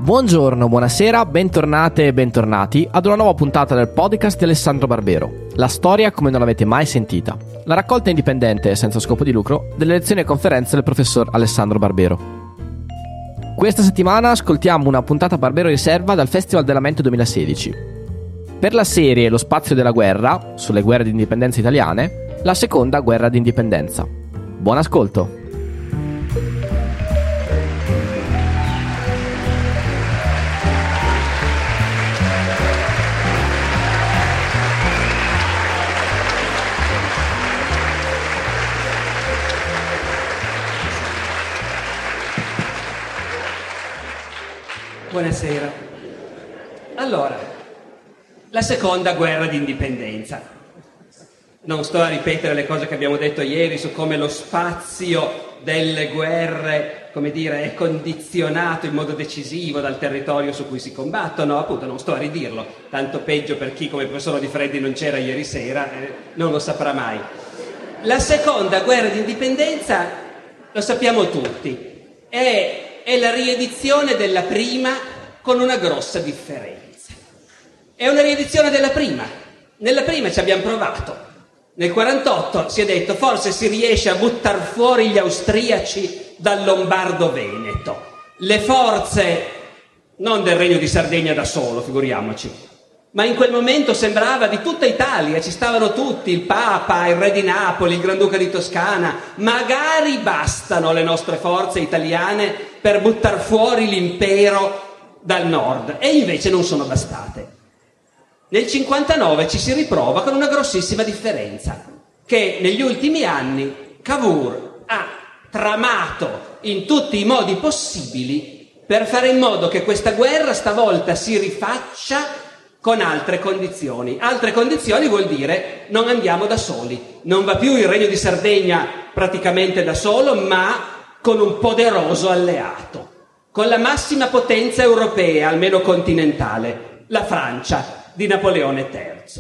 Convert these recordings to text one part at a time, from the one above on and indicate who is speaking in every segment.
Speaker 1: Buongiorno, buonasera, bentornate e bentornati ad una nuova puntata del podcast di Alessandro Barbero. La storia come non l'avete mai sentita. La raccolta indipendente e senza scopo di lucro delle lezioni e conferenze del professor Alessandro Barbero. Questa settimana ascoltiamo una puntata Barbero riserva dal Festival della Mente 2016. Per la serie Lo spazio della guerra, sulle guerre di indipendenza italiane, la seconda guerra di indipendenza. Buon ascolto!
Speaker 2: Buonasera. Allora, la seconda guerra di indipendenza. Non sto a ripetere le cose che abbiamo detto ieri su come lo spazio delle guerre, come dire, è condizionato in modo decisivo dal territorio su cui si combattono, appunto non sto a ridirlo, tanto peggio per chi come il professor Di Freddi non c'era ieri sera, non lo saprà mai. La seconda guerra di indipendenza, lo sappiamo tutti, è la riedizione della prima con una grossa differenza. È una riedizione della prima. Nella prima ci abbiamo provato. Nel 48 si è detto forse si riesce a buttar fuori gli austriaci dal Lombardo-Veneto. Le forze, non del Regno di Sardegna da solo, figuriamoci, ma in quel momento sembrava di tutta Italia, ci stavano tutti, il Papa, il Re di Napoli, il Granduca di Toscana. Magari bastano le nostre forze italiane per buttar fuori l'impero dal nord, e invece non sono bastate. Nel 59 ci si riprova con una grossissima differenza, che negli ultimi anni Cavour ha tramato in tutti i modi possibili per fare in modo che questa guerra stavolta si rifaccia con altre condizioni. Altre condizioni vuol dire non andiamo da soli, non va più il Regno di Sardegna praticamente da solo, ma con un poderoso alleato, con la massima potenza europea, almeno continentale, la Francia di Napoleone III.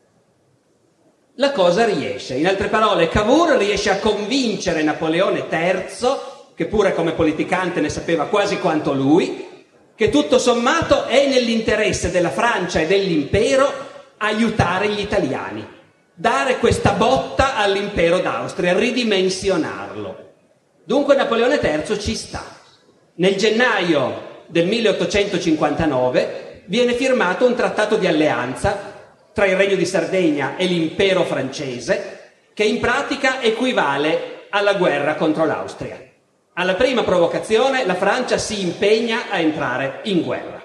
Speaker 2: La cosa riesce, in altre parole, Cavour riesce a convincere Napoleone III, che pure come politicante ne sapeva quasi quanto lui, che tutto sommato è nell'interesse della Francia e dell'impero aiutare gli italiani, dare questa botta all'impero d'Austria, ridimensionarlo. Dunque Napoleone III ci sta. Nel gennaio del 1859 viene firmato un trattato di alleanza tra il Regno di Sardegna e l'impero francese, che in pratica equivale alla guerra contro l'Austria. Alla prima provocazione la Francia si impegna a entrare in guerra.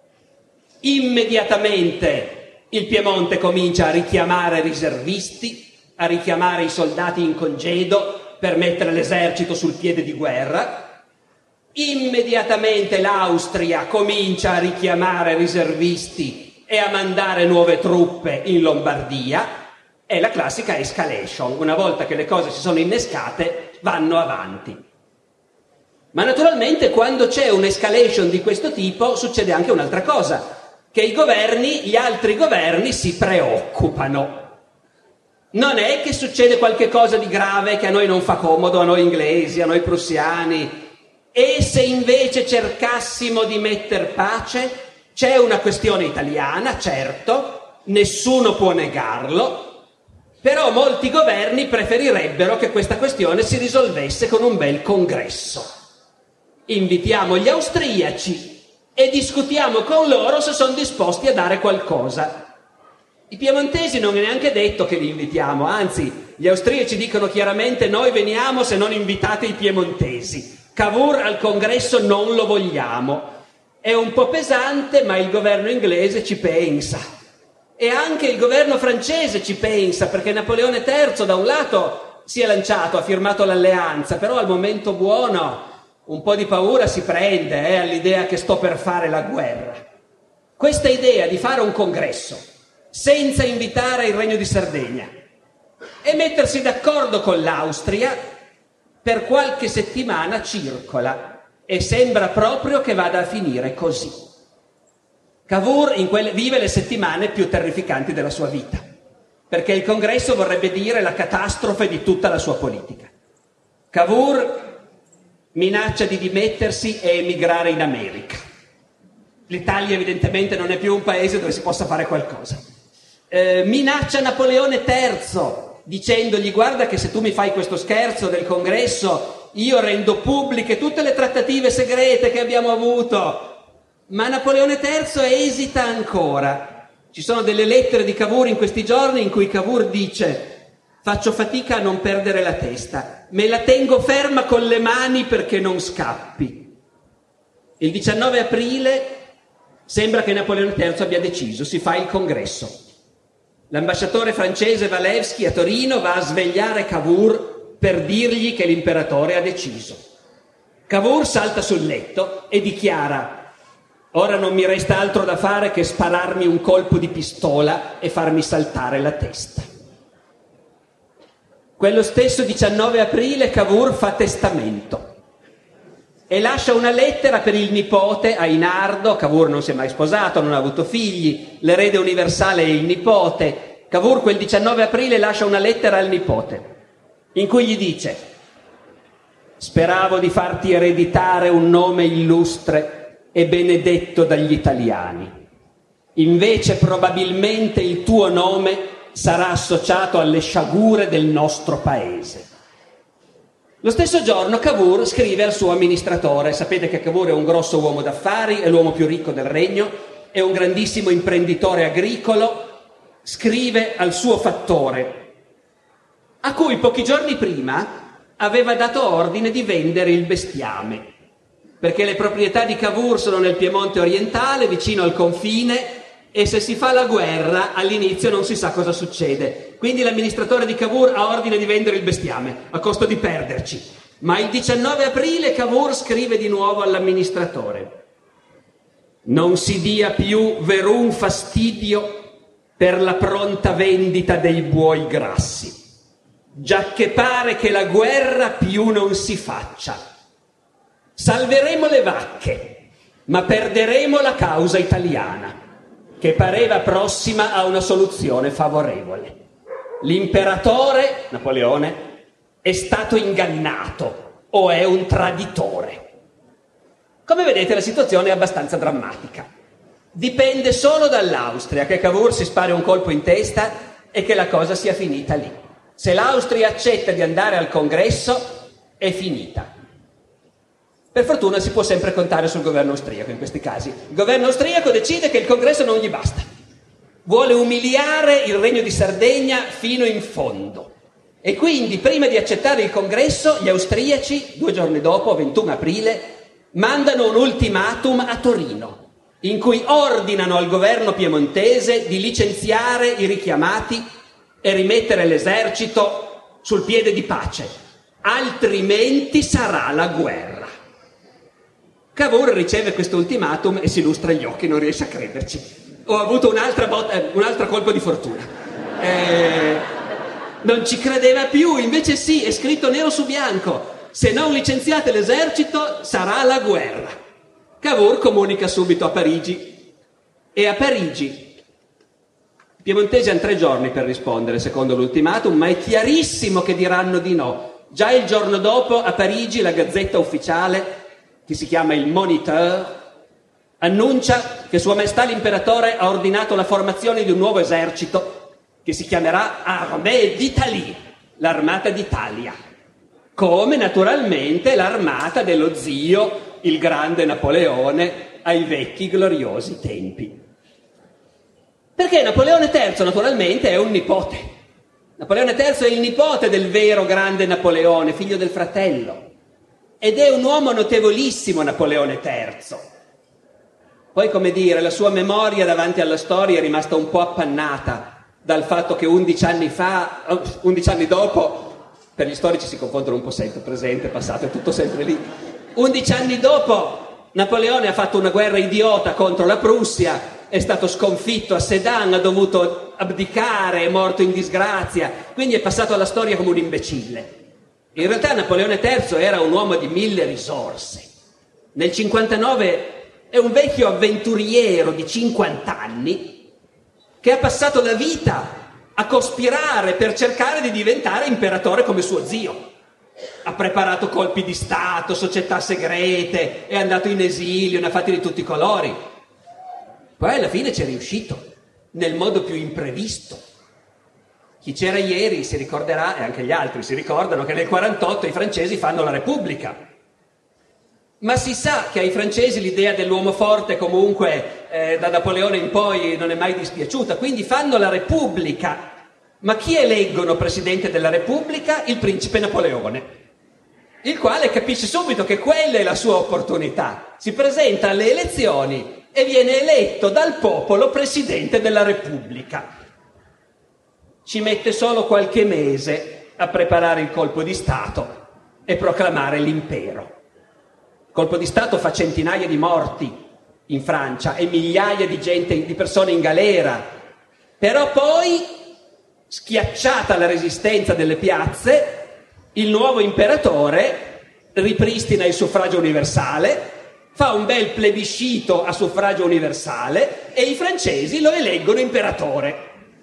Speaker 2: Immediatamente il Piemonte comincia a richiamare riservisti, a richiamare i soldati in congedo per mettere l'esercito sul piede di guerra. Immediatamente l'Austria comincia a richiamare riservisti e a mandare nuove truppe in Lombardia. È la classica escalation. Una volta che le cose si sono innescate, vanno avanti. Ma naturalmente quando c'è un'escalation di questo tipo succede anche un'altra cosa, che gli altri governi si preoccupano. Non è che succede qualche cosa di grave che a noi non fa comodo, a noi inglesi, a noi prussiani, e se invece cercassimo di metter pace? C'è una questione italiana, certo, nessuno può negarlo, però molti governi preferirebbero che questa questione si risolvesse con un bel congresso. Invitiamo gli austriaci e discutiamo con loro se sono disposti a dare qualcosa. I piemontesi non è neanche detto che li invitiamo, anzi, gli austriaci dicono chiaramente: noi veniamo se non invitate i piemontesi. Cavour al congresso non lo vogliamo. È un po' pesante, ma il governo inglese ci pensa. E anche il governo francese ci pensa, perché Napoleone III da un lato si è lanciato, ha firmato l'alleanza, però al momento buono un po' di paura si prende all'idea che sto per fare la guerra. Questa idea di fare un congresso senza invitare il Regno di Sardegna e mettersi d'accordo con l'Austria per qualche settimana circola e sembra proprio che vada a finire così. Cavour vive le settimane più terrificanti della sua vita, perché il congresso vorrebbe dire la catastrofe di tutta la sua politica. Cavour minaccia di dimettersi e emigrare in America. L'Italia evidentemente non è più un paese dove si possa fare qualcosa. Minaccia Napoleone III dicendogli: guarda che se tu mi fai questo scherzo del congresso io rendo pubbliche tutte le trattative segrete che abbiamo avuto. Ma Napoleone III esita ancora. Ci sono delle lettere di Cavour in questi giorni in cui Cavour dice: faccio fatica a non perdere la testa, me la tengo ferma con le mani perché non scappi. Il 19 aprile sembra che Napoleone III abbia deciso, si fa il congresso. L'ambasciatore francese Walewski a Torino va a svegliare Cavour per dirgli che l'imperatore ha deciso. Cavour salta sul letto e dichiara: ora non mi resta altro da fare che spararmi un colpo di pistola e farmi saltare la testa. Quello stesso 19 aprile Cavour fa testamento e lascia una lettera per il nipote Ainardo. Cavour non si è mai sposato, non ha avuto figli, l'erede universale è il nipote. Cavour quel 19 aprile lascia una lettera al nipote in cui gli dice: speravo di farti ereditare un nome illustre e benedetto dagli italiani. Invece probabilmente il tuo nome sarà associato alle sciagure del nostro paese. Lo stesso giorno Cavour scrive al suo amministratore. Sapete che Cavour è un grosso uomo d'affari, è l'uomo più ricco del regno, è un grandissimo imprenditore agricolo. Scrive al suo fattore, a cui pochi giorni prima aveva dato ordine di vendere il bestiame, perché le proprietà di Cavour sono nel Piemonte orientale, vicino al confine, e se si fa la guerra all'inizio non si sa cosa succede. Quindi l'amministratore di Cavour ha ordine di vendere il bestiame a costo di perderci. Ma il 19 aprile Cavour scrive di nuovo all'amministratore: non si dia più verun fastidio per la pronta vendita dei buoi grassi, giacché pare che la guerra più non si faccia. Salveremo le vacche, ma perderemo la causa italiana, che pareva prossima a una soluzione favorevole. L'imperatore, Napoleone, è stato ingannato o è un traditore. Come vedete la situazione è abbastanza drammatica. Dipende solo dall'Austria che Cavour si spari un colpo in testa e che la cosa sia finita lì. Se l'Austria accetta di andare al congresso, è finita. Per fortuna si può sempre contare sul governo austriaco in questi casi. Il governo austriaco decide che il congresso non gli basta. Vuole umiliare il Regno di Sardegna fino in fondo. E quindi, prima di accettare il congresso, gli austriaci, 2 giorni dopo, 21 aprile, mandano un ultimatum a Torino, in cui ordinano al governo piemontese di licenziare i richiamati e rimettere l'esercito sul piede di pace, altrimenti sarà la guerra. Cavour riceve questo ultimatum e si lustra gli occhi, non riesce a crederci. Ho avuto un altro colpo di fortuna. Non ci credeva più, invece sì, è scritto nero su bianco: se non licenziate l'esercito sarà la guerra. Cavour comunica subito a Parigi, e a Parigi i piemontesi hanno 3 giorni per rispondere secondo l'ultimatum, ma è chiarissimo che diranno di no. Già il giorno dopo a Parigi la gazzetta ufficiale, che si chiama il Moniteur, annuncia che Sua Maestà l'Imperatore ha ordinato la formazione di un nuovo esercito che si chiamerà Armée d'Italie, l'armata d'Italia, come naturalmente l'armata dello zio, il grande Napoleone, ai vecchi gloriosi tempi. Perché Napoleone III naturalmente è un nipote. Napoleone III è il nipote del vero grande Napoleone, figlio del fratello, ed è un uomo notevolissimo Napoleone III. Poi, come dire, la sua memoria davanti alla storia è rimasta un po' appannata dal fatto che 11 anni dopo, per gli storici si confondono un po' sempre, presente, passato, è tutto sempre lì. 11 anni dopo Napoleone ha fatto una guerra idiota contro la Prussia, è stato sconfitto a Sedan, ha dovuto abdicare, è morto in disgrazia, quindi è passato alla storia come un imbecille. In realtà Napoleone III era un uomo di 1000 risorse. Nel 59 è un vecchio avventuriero di 50 anni che ha passato la vita a cospirare per cercare di diventare imperatore come suo zio. Ha preparato colpi di Stato, società segrete, è andato in esilio, ne ha fatti di tutti i colori. Poi alla fine ci è riuscito, nel modo più imprevisto. Chi c'era ieri si ricorderà, e anche gli altri si ricordano, che nel 48 i francesi fanno la Repubblica. Ma si sa che ai francesi l'idea dell'uomo forte comunque da Napoleone in poi non è mai dispiaciuta, quindi fanno la Repubblica. Ma chi eleggono presidente della Repubblica? Il principe Napoleone, il quale capisce subito che quella è la sua opportunità. Si presenta alle elezioni e viene eletto dal popolo presidente della Repubblica. Ci mette solo qualche mese a preparare il colpo di Stato e proclamare l'impero. Il colpo di Stato fa centinaia di morti in Francia e migliaia di persone in galera. Però poi, schiacciata la resistenza delle piazze, il nuovo imperatore ripristina il suffragio universale, fa un bel plebiscito a suffragio universale e i francesi lo eleggono imperatore.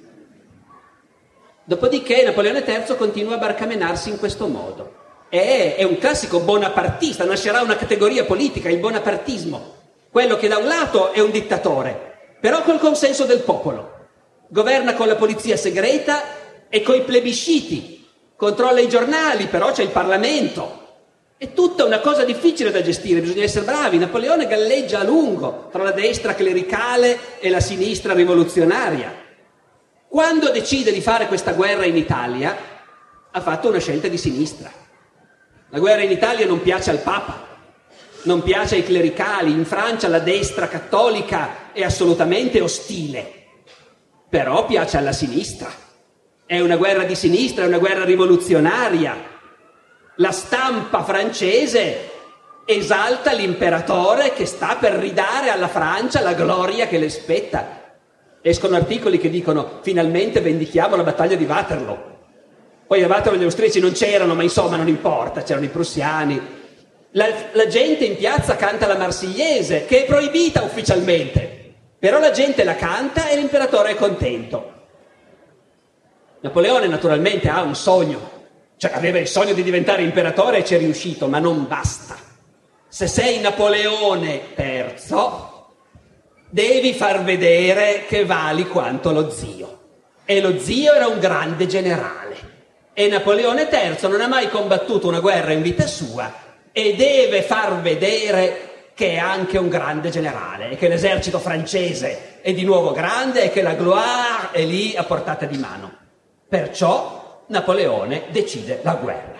Speaker 2: Dopodiché Napoleone III continua a barcamenarsi in questo modo. È un classico bonapartista, nascerà una categoria politica, il bonapartismo, quello che da un lato è un dittatore, però col consenso del popolo, governa con la polizia segreta e coi plebisciti, controlla i giornali, però c'è il Parlamento. È tutta una cosa difficile da gestire, bisogna essere bravi. Napoleone galleggia a lungo tra la destra clericale e la sinistra rivoluzionaria. Quando decide di fare questa guerra in Italia, ha fatto una scelta di sinistra. La guerra in Italia non piace al Papa, non piace ai clericali. In Francia la destra cattolica è assolutamente ostile, però piace alla sinistra. È una guerra di sinistra, è una guerra rivoluzionaria. La stampa francese esalta l'imperatore che sta per ridare alla Francia la gloria che le spetta. Escono articoli che dicono: finalmente vendichiamo la battaglia di Waterloo. Poi a Waterloo gli austriaci non c'erano, ma insomma non importa, c'erano i prussiani. La gente in piazza canta la Marsigliese, che è proibita ufficialmente, però la gente la canta e l'imperatore è contento. Napoleone naturalmente ha un sogno, cioè aveva il sogno di diventare imperatore e ci è riuscito, ma non basta. Se sei Napoleone III, devi far vedere che vali quanto lo zio. E lo zio era un grande generale. E Napoleone III non ha mai combattuto una guerra in vita sua e deve far vedere che è anche un grande generale e che l'esercito francese è di nuovo grande e che la gloire è lì a portata di mano. Perciò Napoleone decide la guerra.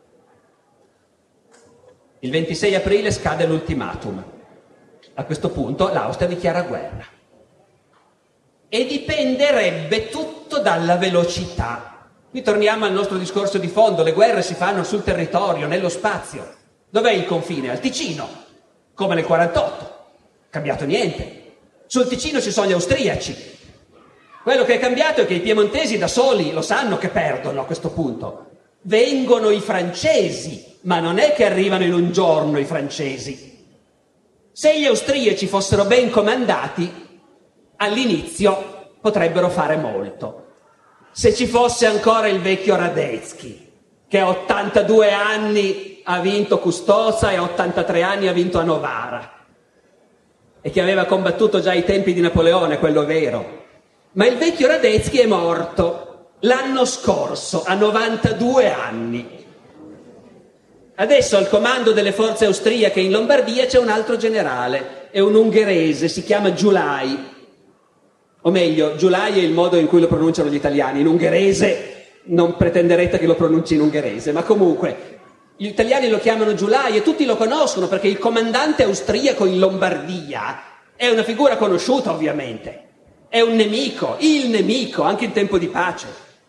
Speaker 2: Il 26 aprile scade l'ultimatum. A questo punto l'Austria dichiara guerra. E dipenderebbe tutto dalla velocità. Qui torniamo al nostro discorso di fondo: le guerre si fanno sul territorio, nello spazio. Dov'è il confine? Al Ticino, come nel 48. Cambiato niente. Sul Ticino ci sono gli austriaci. Quello che è cambiato è che i piemontesi da soli lo sanno che perdono a questo punto. Vengono i francesi, ma non è che arrivano in un giorno i francesi. Se gli austriaci fossero ben comandati, all'inizio potrebbero fare molto. Se ci fosse ancora il vecchio Radetzky, che a 82 anni ha vinto Custoza e a 83 anni ha vinto a Novara, e che aveva combattuto già ai tempi di Napoleone, quello vero. Ma il vecchio Radetzky è morto l'anno scorso, a 92 anni. Adesso al comando delle forze austriache in Lombardia c'è un altro generale, è un ungherese, si chiama Gyulai. O meglio, Gyulai è il modo in cui lo pronunciano gli italiani. In ungherese non pretenderete che lo pronunci in ungherese, ma comunque gli italiani lo chiamano Gyulai e tutti lo conoscono perché il comandante austriaco in Lombardia è una figura conosciuta, ovviamente. È un nemico, il nemico, anche in tempo di pace.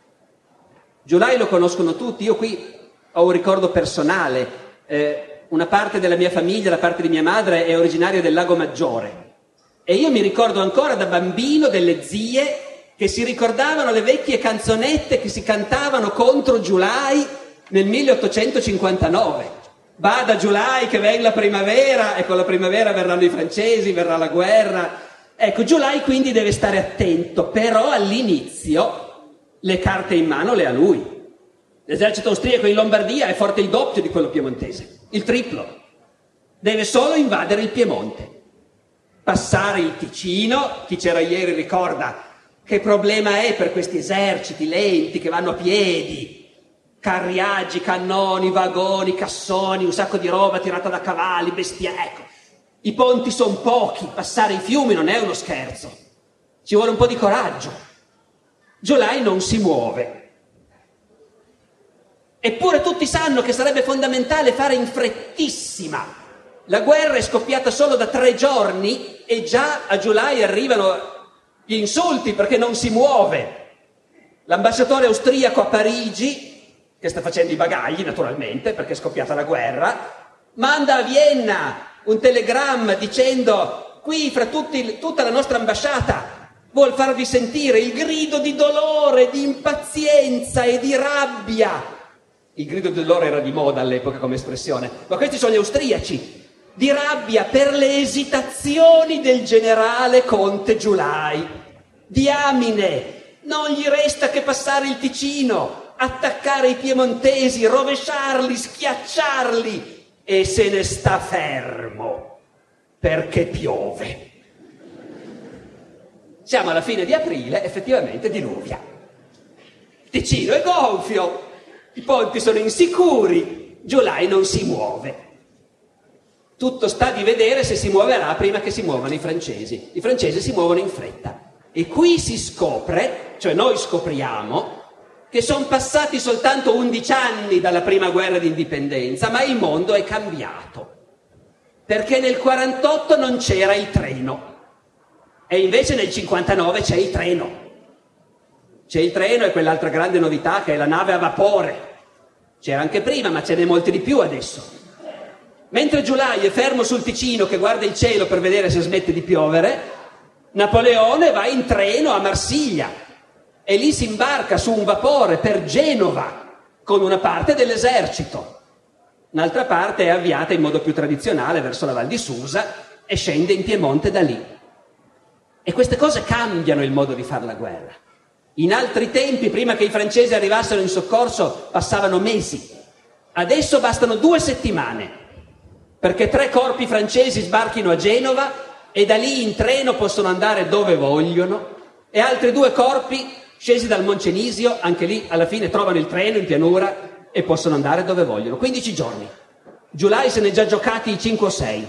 Speaker 2: Gyulai lo conoscono tutti. Io qui ho un ricordo personale. Una parte della mia famiglia, la parte di mia madre, è originaria del Lago Maggiore. E io mi ricordo ancora da bambino delle zie che si ricordavano le vecchie canzonette che si cantavano contro Gyulai nel 1859. Bada Gyulai che venga la primavera, e con la primavera verranno i francesi, verrà la guerra. Ecco, Gyulai quindi deve stare attento, però all'inizio le carte in mano le ha lui. L'esercito austriaco in Lombardia è forte il doppio di quello piemontese, il triplo. Deve solo invadere il Piemonte. passare il Ticino. Chi c'era ieri ricorda che problema è per questi eserciti lenti che vanno a piedi, carriaggi, cannoni, vagoni, cassoni, un sacco di roba tirata da cavalli, ecco. I ponti sono pochi, passare i fiumi non è uno scherzo, ci vuole un po' di coraggio. Giulai non si muove. Eppure tutti sanno che sarebbe fondamentale fare in frettissima. La guerra è scoppiata solo da 3 giorni e già a Giulai arrivano gli insulti perché non si muove. L'ambasciatore austriaco a Parigi, che sta facendo i bagagli naturalmente perché è scoppiata la guerra, manda a Vienna un telegramma dicendo: qui fra tutta la nostra ambasciata vuol farvi sentire il grido di dolore, di impazienza e di rabbia. Il grido di dolore era di moda all'epoca come espressione, ma questi sono gli austriaci. Di rabbia per le esitazioni del generale Conte Giulai. Diamine, non gli resta che passare il Ticino, attaccare i piemontesi, rovesciarli, schiacciarli, e se ne sta fermo perché piove. Siamo alla fine di aprile, effettivamente diluvia. Il Ticino è gonfio, i ponti sono insicuri, Giulai non si muove. Tutto sta di vedere se si muoverà prima che si muovano i francesi. I francesi si muovono in fretta. E qui si scopre, cioè noi scopriamo, che sono passati soltanto 11 anni dalla prima guerra d'indipendenza, ma il mondo è cambiato. Perché nel 48 non c'era il treno. E invece nel 59 c'è il treno. C'è il treno e quell'altra grande novità che è la nave a vapore. C'era anche prima, ma ce n'è molti di più adesso. Mentre Giulai è fermo sul Ticino che guarda il cielo per vedere se smette di piovere, Napoleone va in treno a Marsiglia e lì si imbarca su un vapore per Genova con una parte dell'esercito. Un'altra parte è avviata in modo più tradizionale verso la Val di Susa e scende in Piemonte da lì. E queste cose cambiano il modo di fare la guerra. In altri tempi, prima che i francesi arrivassero in soccorso, passavano mesi. Adesso bastano 2 settimane perché 3 corpi francesi sbarchino a Genova e da lì in treno possono andare dove vogliono, e altri 2 corpi scesi dal Moncenisio, anche lì alla fine trovano il treno in pianura e possono andare dove vogliono. 15 giorni. Giulai se ne è già giocati i 5 o 6.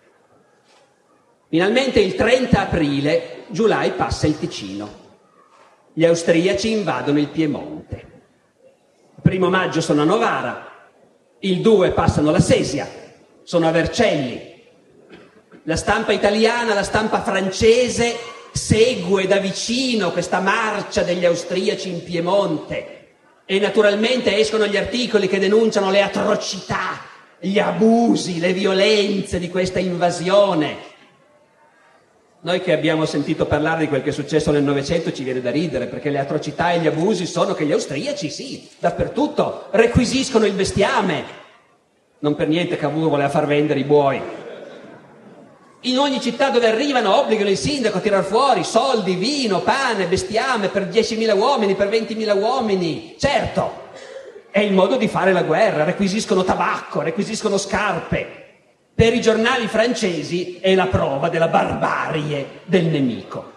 Speaker 2: Finalmente il 30 aprile Giulai passa il Ticino. Gli austriaci invadono il Piemonte. Il 1° maggio sono a Novara, il 2 passano la Sesia, sono a Vercelli. La stampa italiana, la stampa francese segue da vicino questa marcia degli austriaci in Piemonte e naturalmente escono gli articoli che denunciano le atrocità, gli abusi, le violenze di questa invasione. Noi che abbiamo sentito parlare di quel che è successo nel Novecento ci viene da ridere, perché le atrocità e gli abusi sono che gli austriaci, sì, dappertutto, requisiscono il bestiame. Non per niente Cavour voleva far vendere i buoi. In ogni città dove arrivano obbligano il sindaco a tirar fuori soldi, vino, pane, bestiame per 10.000 uomini, per 20.000 uomini. Certo, è il modo di fare la guerra, requisiscono tabacco, requisiscono scarpe. Per i giornali francesi è la prova della barbarie del nemico.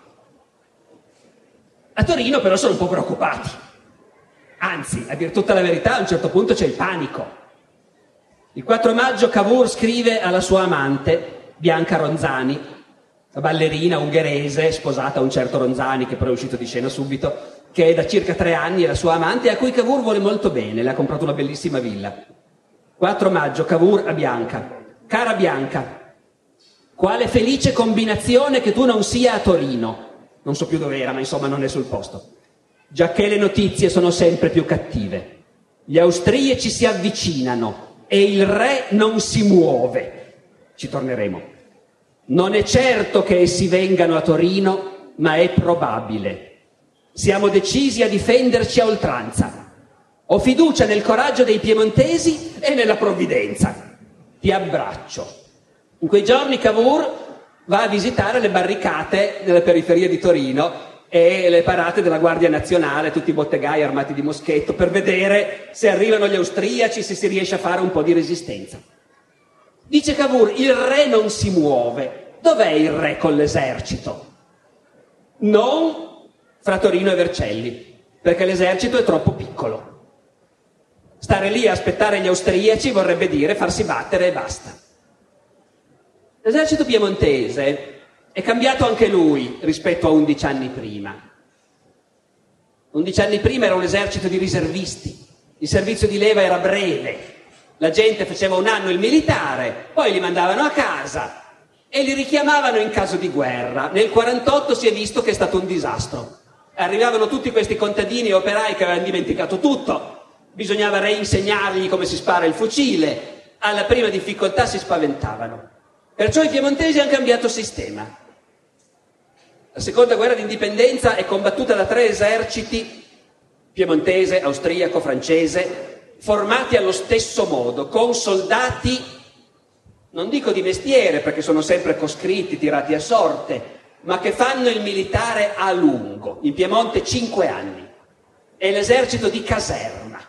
Speaker 2: A Torino però sono un po' preoccupati. Anzi, a dir tutta la verità, a un certo punto c'è il panico. Il 4 maggio Cavour scrive alla sua amante, Bianca Ronzani, la ballerina ungherese sposata a un certo Ronzani, che però è uscito di scena subito, che è da circa 3 anni la sua amante, a cui Cavour vuole molto bene, le ha comprato una bellissima villa. 4 maggio Cavour a Bianca. Cara Bianca, quale felice combinazione che tu non sia a Torino. Non so più dove era, ma insomma non è sul posto. Giacché le notizie sono sempre più cattive. Gli austriaci si avvicinano e il re non si muove. Ci torneremo. Non è certo che essi vengano a Torino, ma è probabile. Siamo decisi a difenderci a oltranza. Ho fiducia nel coraggio dei piemontesi e nella provvidenza. Ti abbraccio. In quei giorni Cavour va a visitare le barricate della periferia di Torino e le parate della Guardia Nazionale, tutti i bottegai armati di moschetto, per vedere se arrivano gli austriaci, se si riesce a fare un po' di resistenza. Dice Cavour, il re non si muove. Dov'è il re con l'esercito? Non fra Torino e Vercelli, perché l'esercito è troppo piccolo. Stare lì a aspettare gli austriaci vorrebbe dire farsi battere e basta. L'esercito piemontese è cambiato anche lui rispetto a 11 anni prima. 11 anni prima era un esercito di riservisti, il servizio di leva era breve, la gente faceva un anno il militare, poi li mandavano a casa e li richiamavano in caso di guerra. Nel 48 si è visto che è stato un disastro. Arrivavano tutti questi contadini e operai che avevano dimenticato tutto, bisognava reinsegnargli come si spara il fucile, alla prima difficoltà si spaventavano. Perciò i piemontesi hanno cambiato sistema. La seconda guerra d'indipendenza è combattuta da 3 eserciti, piemontese, austriaco, francese, formati allo stesso modo, con soldati, non dico di mestiere perché sono sempre coscritti, tirati a sorte, ma che fanno il militare a lungo, in Piemonte 5 anni, è l'esercito di caserma.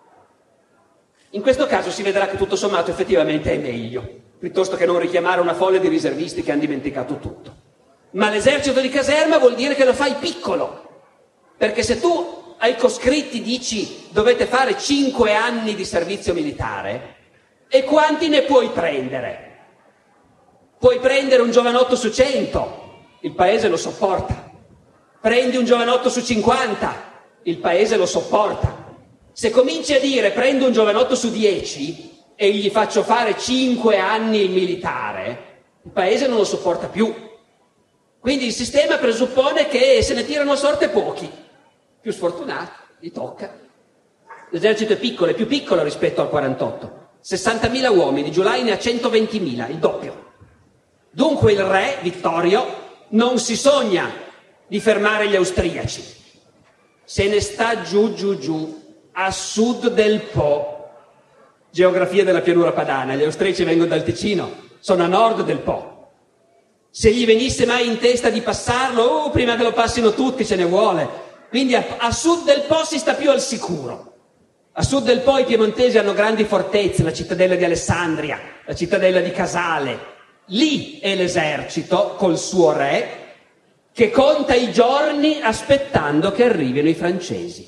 Speaker 2: In questo caso si vedrà che tutto sommato effettivamente è meglio, piuttosto che non richiamare una folla di riservisti che hanno dimenticato tutto. Ma l'esercito di caserma vuol dire che lo fai piccolo, perché se tu ai coscritti dici dovete fare 5 anni di servizio militare, e quanti ne puoi prendere? Puoi prendere un giovanotto su 100, il paese lo sopporta. Prendi un giovanotto su 50, il paese lo sopporta. Se cominci a dire prendo un giovanotto su 10 e gli faccio fare 5 anni il militare, il paese non lo sopporta più. Quindi il sistema presuppone che se ne tirano a sorte pochi, più sfortunati, gli tocca. L'esercito è piccolo, è più piccolo rispetto al 48. 60.000 uomini, Giulai ne ha 120.000, il doppio. Dunque il re, Vittorio, non si sogna di fermare gli austriaci. Se ne sta giù, a sud del Po. Geografia della pianura padana, gli austriaci vengono dal Ticino, sono a nord del Po. Se gli venisse mai in testa di passarlo, prima che lo passino tutti ce ne vuole. Quindi a sud del Po si sta più al sicuro. A sud del Po i piemontesi hanno grandi fortezze, la cittadella di Alessandria, la cittadella di Casale. Lì è l'esercito col suo re che conta i giorni aspettando che arrivino i francesi.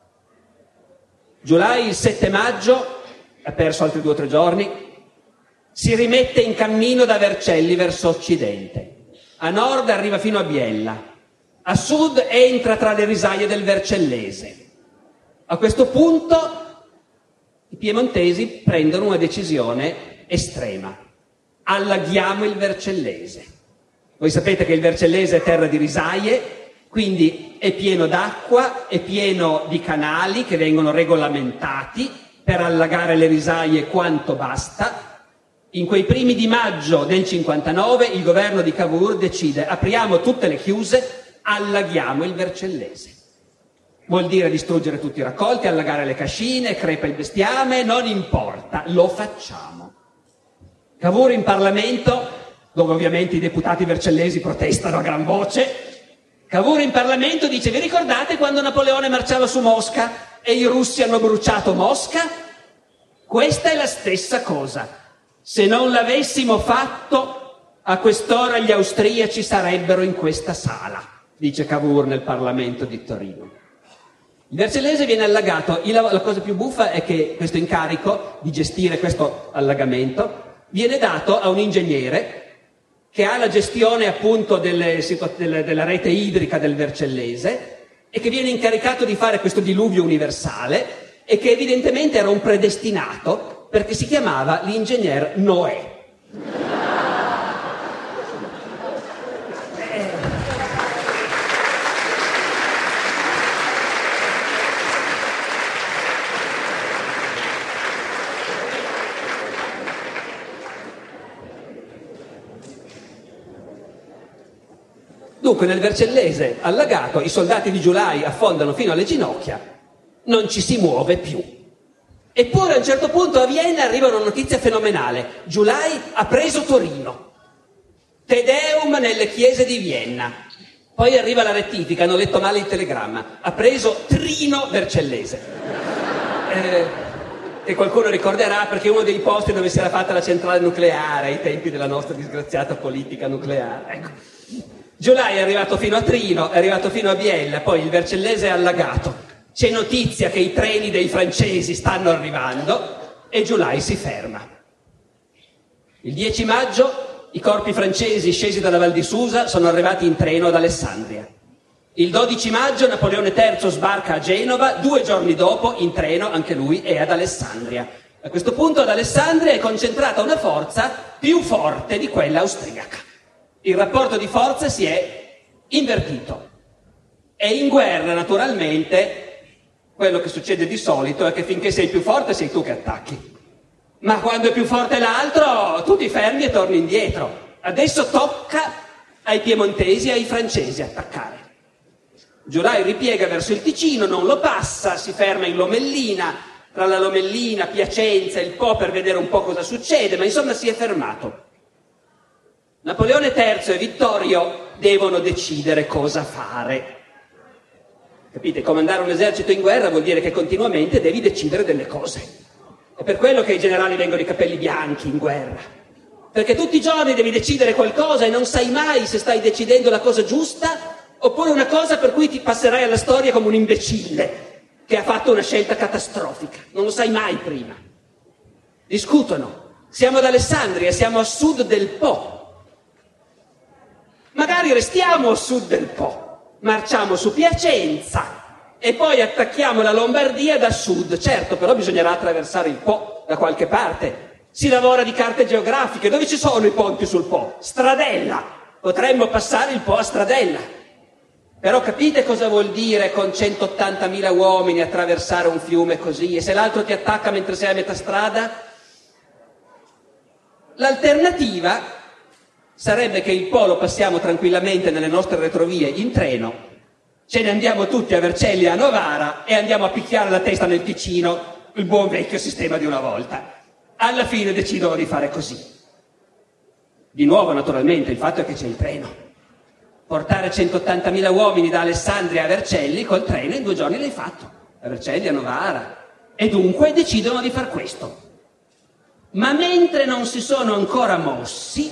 Speaker 2: Giulai il 7 maggio, ha perso altri 2 o 3 giorni, si rimette in cammino da Vercelli verso occidente. A nord arriva fino a Biella, a sud entra tra le risaie del Vercellese. A questo punto i piemontesi prendono una decisione estrema. Allaghiamo il Vercellese. Voi sapete che il Vercellese è terra di risaie, quindi è pieno d'acqua, è pieno di canali che vengono regolamentati per allagare le risaie quanto basta. In quei primi di maggio del 59 il governo di Cavour decide: apriamo tutte le chiuse, allaghiamo il Vercellese. Vuol dire distruggere tutti i raccolti, allagare le cascine, crepa il bestiame, non importa, lo facciamo. Cavour in Parlamento, dove ovviamente i deputati vercellesi protestano a gran voce, Cavour in Parlamento dice: vi ricordate quando Napoleone marciava su Mosca e i russi hanno bruciato Mosca? Questa è la stessa cosa. Se non l'avessimo fatto, a quest'ora gli austriaci sarebbero in questa sala, dice Cavour nel Parlamento di Torino. Il Vercellese viene allagato. La cosa più buffa è che questo incarico di gestire questo allagamento viene dato a un ingegnere che ha la gestione appunto della rete idrica del Vercellese e che viene incaricato di fare questo diluvio universale e che evidentemente era un predestinato perché si chiamava l'ingegner Noè. Dunque nel Vercellese allagato i soldati di Giulai affondano fino alle ginocchia, non ci si muove più. Eppure a un certo punto a Vienna arriva una notizia fenomenale: Giulai ha preso Torino, Te Deum nelle chiese di Vienna. Poi arriva la rettifica, hanno letto male il telegramma, ha preso Trino Vercellese. che qualcuno ricorderà perché è uno dei posti dove si era fatta la centrale nucleare ai tempi della nostra disgraziata politica nucleare. Ecco. Giulai è arrivato fino a Trino, è arrivato fino a Biella, poi il Vercellese è allagato. C'è notizia che i treni dei francesi stanno arrivando e Giulai si ferma. Il 10 maggio i corpi francesi scesi dalla Val di Susa sono arrivati in treno ad Alessandria. Il 12 maggio Napoleone III sbarca a Genova, 2 giorni dopo in treno anche lui è ad Alessandria. A questo punto ad Alessandria è concentrata una forza più forte di quella austriaca. Il rapporto di forze si è invertito e in guerra naturalmente quello che succede di solito è che finché sei più forte sei tu che attacchi. Ma quando è più forte l'altro, tu ti fermi e torni indietro. Adesso tocca ai piemontesi e ai francesi attaccare. Giulai ripiega verso il Ticino, non lo passa, si ferma in Lomellina, tra la Lomellina, Piacenza e il Po per vedere un po' cosa succede, ma insomma si è fermato. Napoleone III e Vittorio devono decidere cosa fare. Capite? Comandare un esercito in guerra vuol dire che continuamente devi decidere delle cose. È per quello che ai generali vengono i capelli bianchi in guerra. Perché tutti i giorni devi decidere qualcosa e non sai mai se stai decidendo la cosa giusta oppure una cosa per cui ti passerai alla storia come un imbecille che ha fatto una scelta catastrofica. Non lo sai mai prima. Discutono. Siamo ad Alessandria, siamo a sud del Po. Magari restiamo a sud del Po, marciamo su Piacenza e poi attacchiamo la Lombardia da sud. Certo, però bisognerà attraversare il Po da qualche parte. Si lavora di carte geografiche. Dove ci sono i ponti sul Po? Stradella. Potremmo passare il Po a Stradella. Però capite cosa vuol dire con 180.000 uomini attraversare un fiume così? E se l'altro ti attacca mentre sei a metà strada? L'alternativa sarebbe che il Po lo passiamo tranquillamente nelle nostre retrovie in treno, ce ne andiamo tutti a Vercelli e a Novara e andiamo a picchiare la testa nel Ticino, il buon vecchio sistema di una volta. Alla fine decidono di fare così. Di nuovo, naturalmente, il fatto è che c'è il treno. Portare 180.000 uomini da Alessandria a Vercelli col treno in 2 giorni l'hai fatto, a Vercelli, a Novara. E dunque decidono di far questo. Ma mentre non si sono ancora mossi,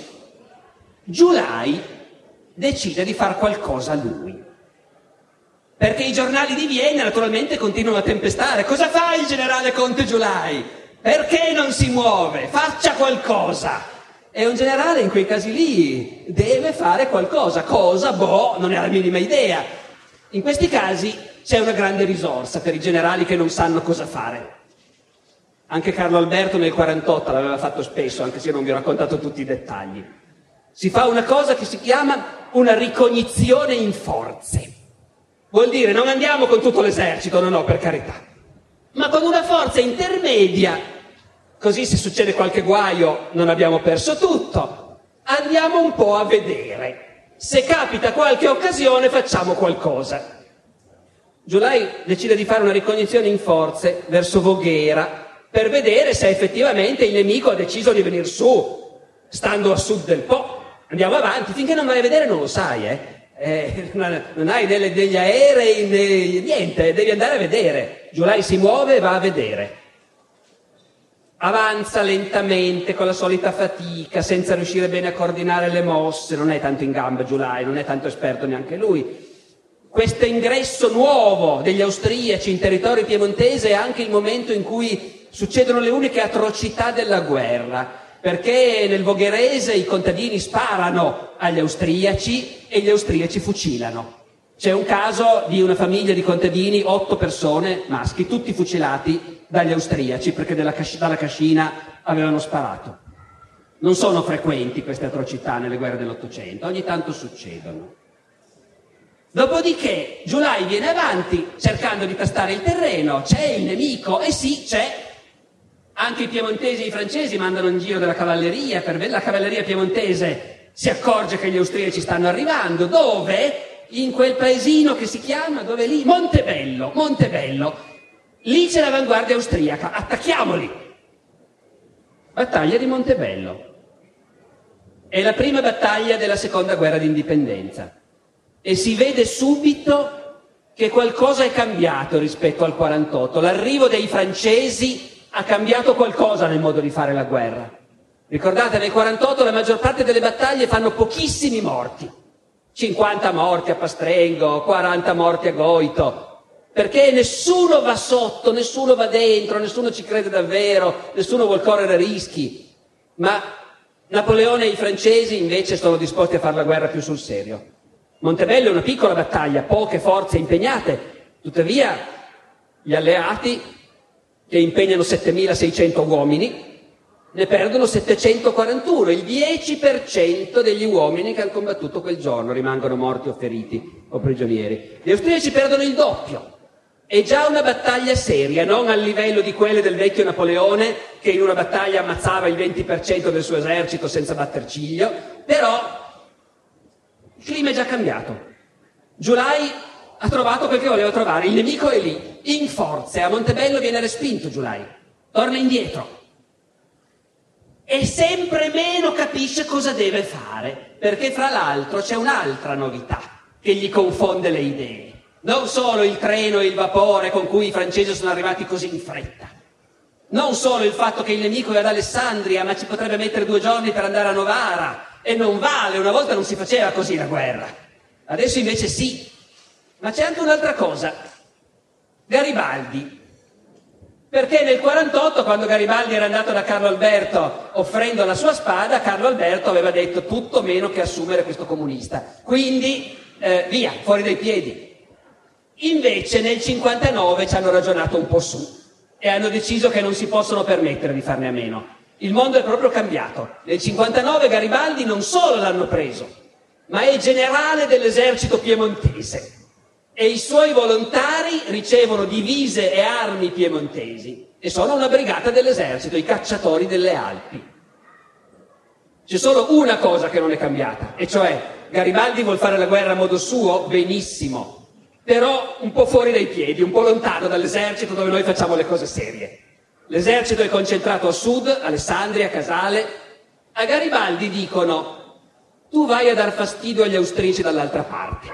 Speaker 2: Giulai decide di far qualcosa lui. Perché i giornali di Vienna naturalmente continuano a tempestare. Cosa fa il generale Conte Giulai? Perché non si muove? Faccia qualcosa! E un generale in quei casi lì deve fare qualcosa. Cosa? Boh, non ne ha la minima idea. In questi casi c'è una grande risorsa per i generali che non sanno cosa fare. Anche Carlo Alberto nel 48 l'aveva fatto spesso, anche se io non vi ho raccontato tutti i dettagli. Si fa una cosa che si chiama una ricognizione in forze. Vuol dire non andiamo con tutto l'esercito, no, per carità, ma con una forza intermedia, così se succede qualche guaio non abbiamo perso tutto, andiamo un po' a vedere. Se capita qualche occasione facciamo qualcosa. Giulai decide di fare una ricognizione in forze verso Voghera per vedere se effettivamente il nemico ha deciso di venire su, stando a sud del Po. Andiamo avanti, finché non vai a vedere non lo sai, non hai degli aerei, niente, devi andare a vedere. Giulai si muove e va a vedere. Avanza lentamente, con la solita fatica, senza riuscire bene a coordinare le mosse. Non è tanto in gamba Giulai, non è tanto esperto neanche lui. Questo ingresso nuovo degli austriaci in territorio piemontese è anche il momento in cui succedono le uniche atrocità della guerra. Perché nel vogherese i contadini sparano agli austriaci e gli austriaci fucilano. C'è un caso di una famiglia di contadini, 8 persone, maschi, tutti fucilati dagli austriaci perché dalla cascina avevano sparato. Non sono frequenti queste atrocità nelle guerre dell'Ottocento, ogni tanto succedono. Dopodiché Giulai viene avanti cercando di tastare il terreno, c'è il nemico, e sì, c'è. Anche i piemontesi e i francesi mandano in giro della cavalleria, la cavalleria piemontese si accorge che gli austriaci stanno arrivando. Dove? In quel paesino che si chiama, dove lì? Montebello. Lì c'è l'avanguardia austriaca, attacchiamoli! Battaglia di Montebello. È la prima battaglia della seconda guerra d'indipendenza e si vede subito che qualcosa è cambiato rispetto al 48. L'arrivo dei francesi ha cambiato qualcosa nel modo di fare la guerra. Ricordate, nel 48 la maggior parte delle battaglie fanno pochissimi morti. 50 morti a Pastrengo, 40 morti a Goito, perché nessuno va sotto, nessuno va dentro, nessuno ci crede davvero, nessuno vuol correre rischi. Ma Napoleone e i francesi invece sono disposti a fare la guerra più sul serio. Montebello è una piccola battaglia, poche forze impegnate, tuttavia gli alleati, che impegnano 7.600 uomini, ne perdono 741, il 10% degli uomini che hanno combattuto quel giorno rimangono morti o feriti o prigionieri. Gli austriaci perdono il doppio. È già una battaglia seria, non al livello di quelle del vecchio Napoleone, che in una battaglia ammazzava il 20% del suo esercito senza batter ciglio, però il clima è già cambiato. Giulai ha trovato quel che voleva trovare, il nemico è lì, in forze, a Montebello viene respinto Giulai, torna indietro. E sempre meno capisce cosa deve fare, perché fra l'altro c'è un'altra novità che gli confonde le idee. Non solo il treno e il vapore con cui i francesi sono arrivati così in fretta, non solo il fatto che il nemico è ad Alessandria, ma ci potrebbe mettere 2 giorni per andare a Novara, e non vale, una volta non si faceva così la guerra, adesso invece sì. Ma c'è anche un'altra cosa, Garibaldi. Perché nel 48, quando Garibaldi era andato da Carlo Alberto offrendo la sua spada, Carlo Alberto aveva detto tutto meno che assumere questo comunista. Quindi, via, fuori dai piedi. Invece nel 59 ci hanno ragionato un po' su e hanno deciso che non si possono permettere di farne a meno. Il mondo è proprio cambiato. Nel 59 Garibaldi non solo l'hanno preso, ma è generale dell'esercito piemontese. E i suoi volontari ricevono divise e armi piemontesi e sono una brigata dell'esercito, i cacciatori delle Alpi. C'è solo una cosa che non è cambiata, e cioè Garibaldi vuol fare la guerra a modo suo, benissimo, però un po' fuori dai piedi, un po' lontano dall'esercito dove noi facciamo le cose serie. L'esercito è concentrato a sud, Alessandria, Casale. A Garibaldi dicono: tu vai a dar fastidio agli austriaci dall'altra parte.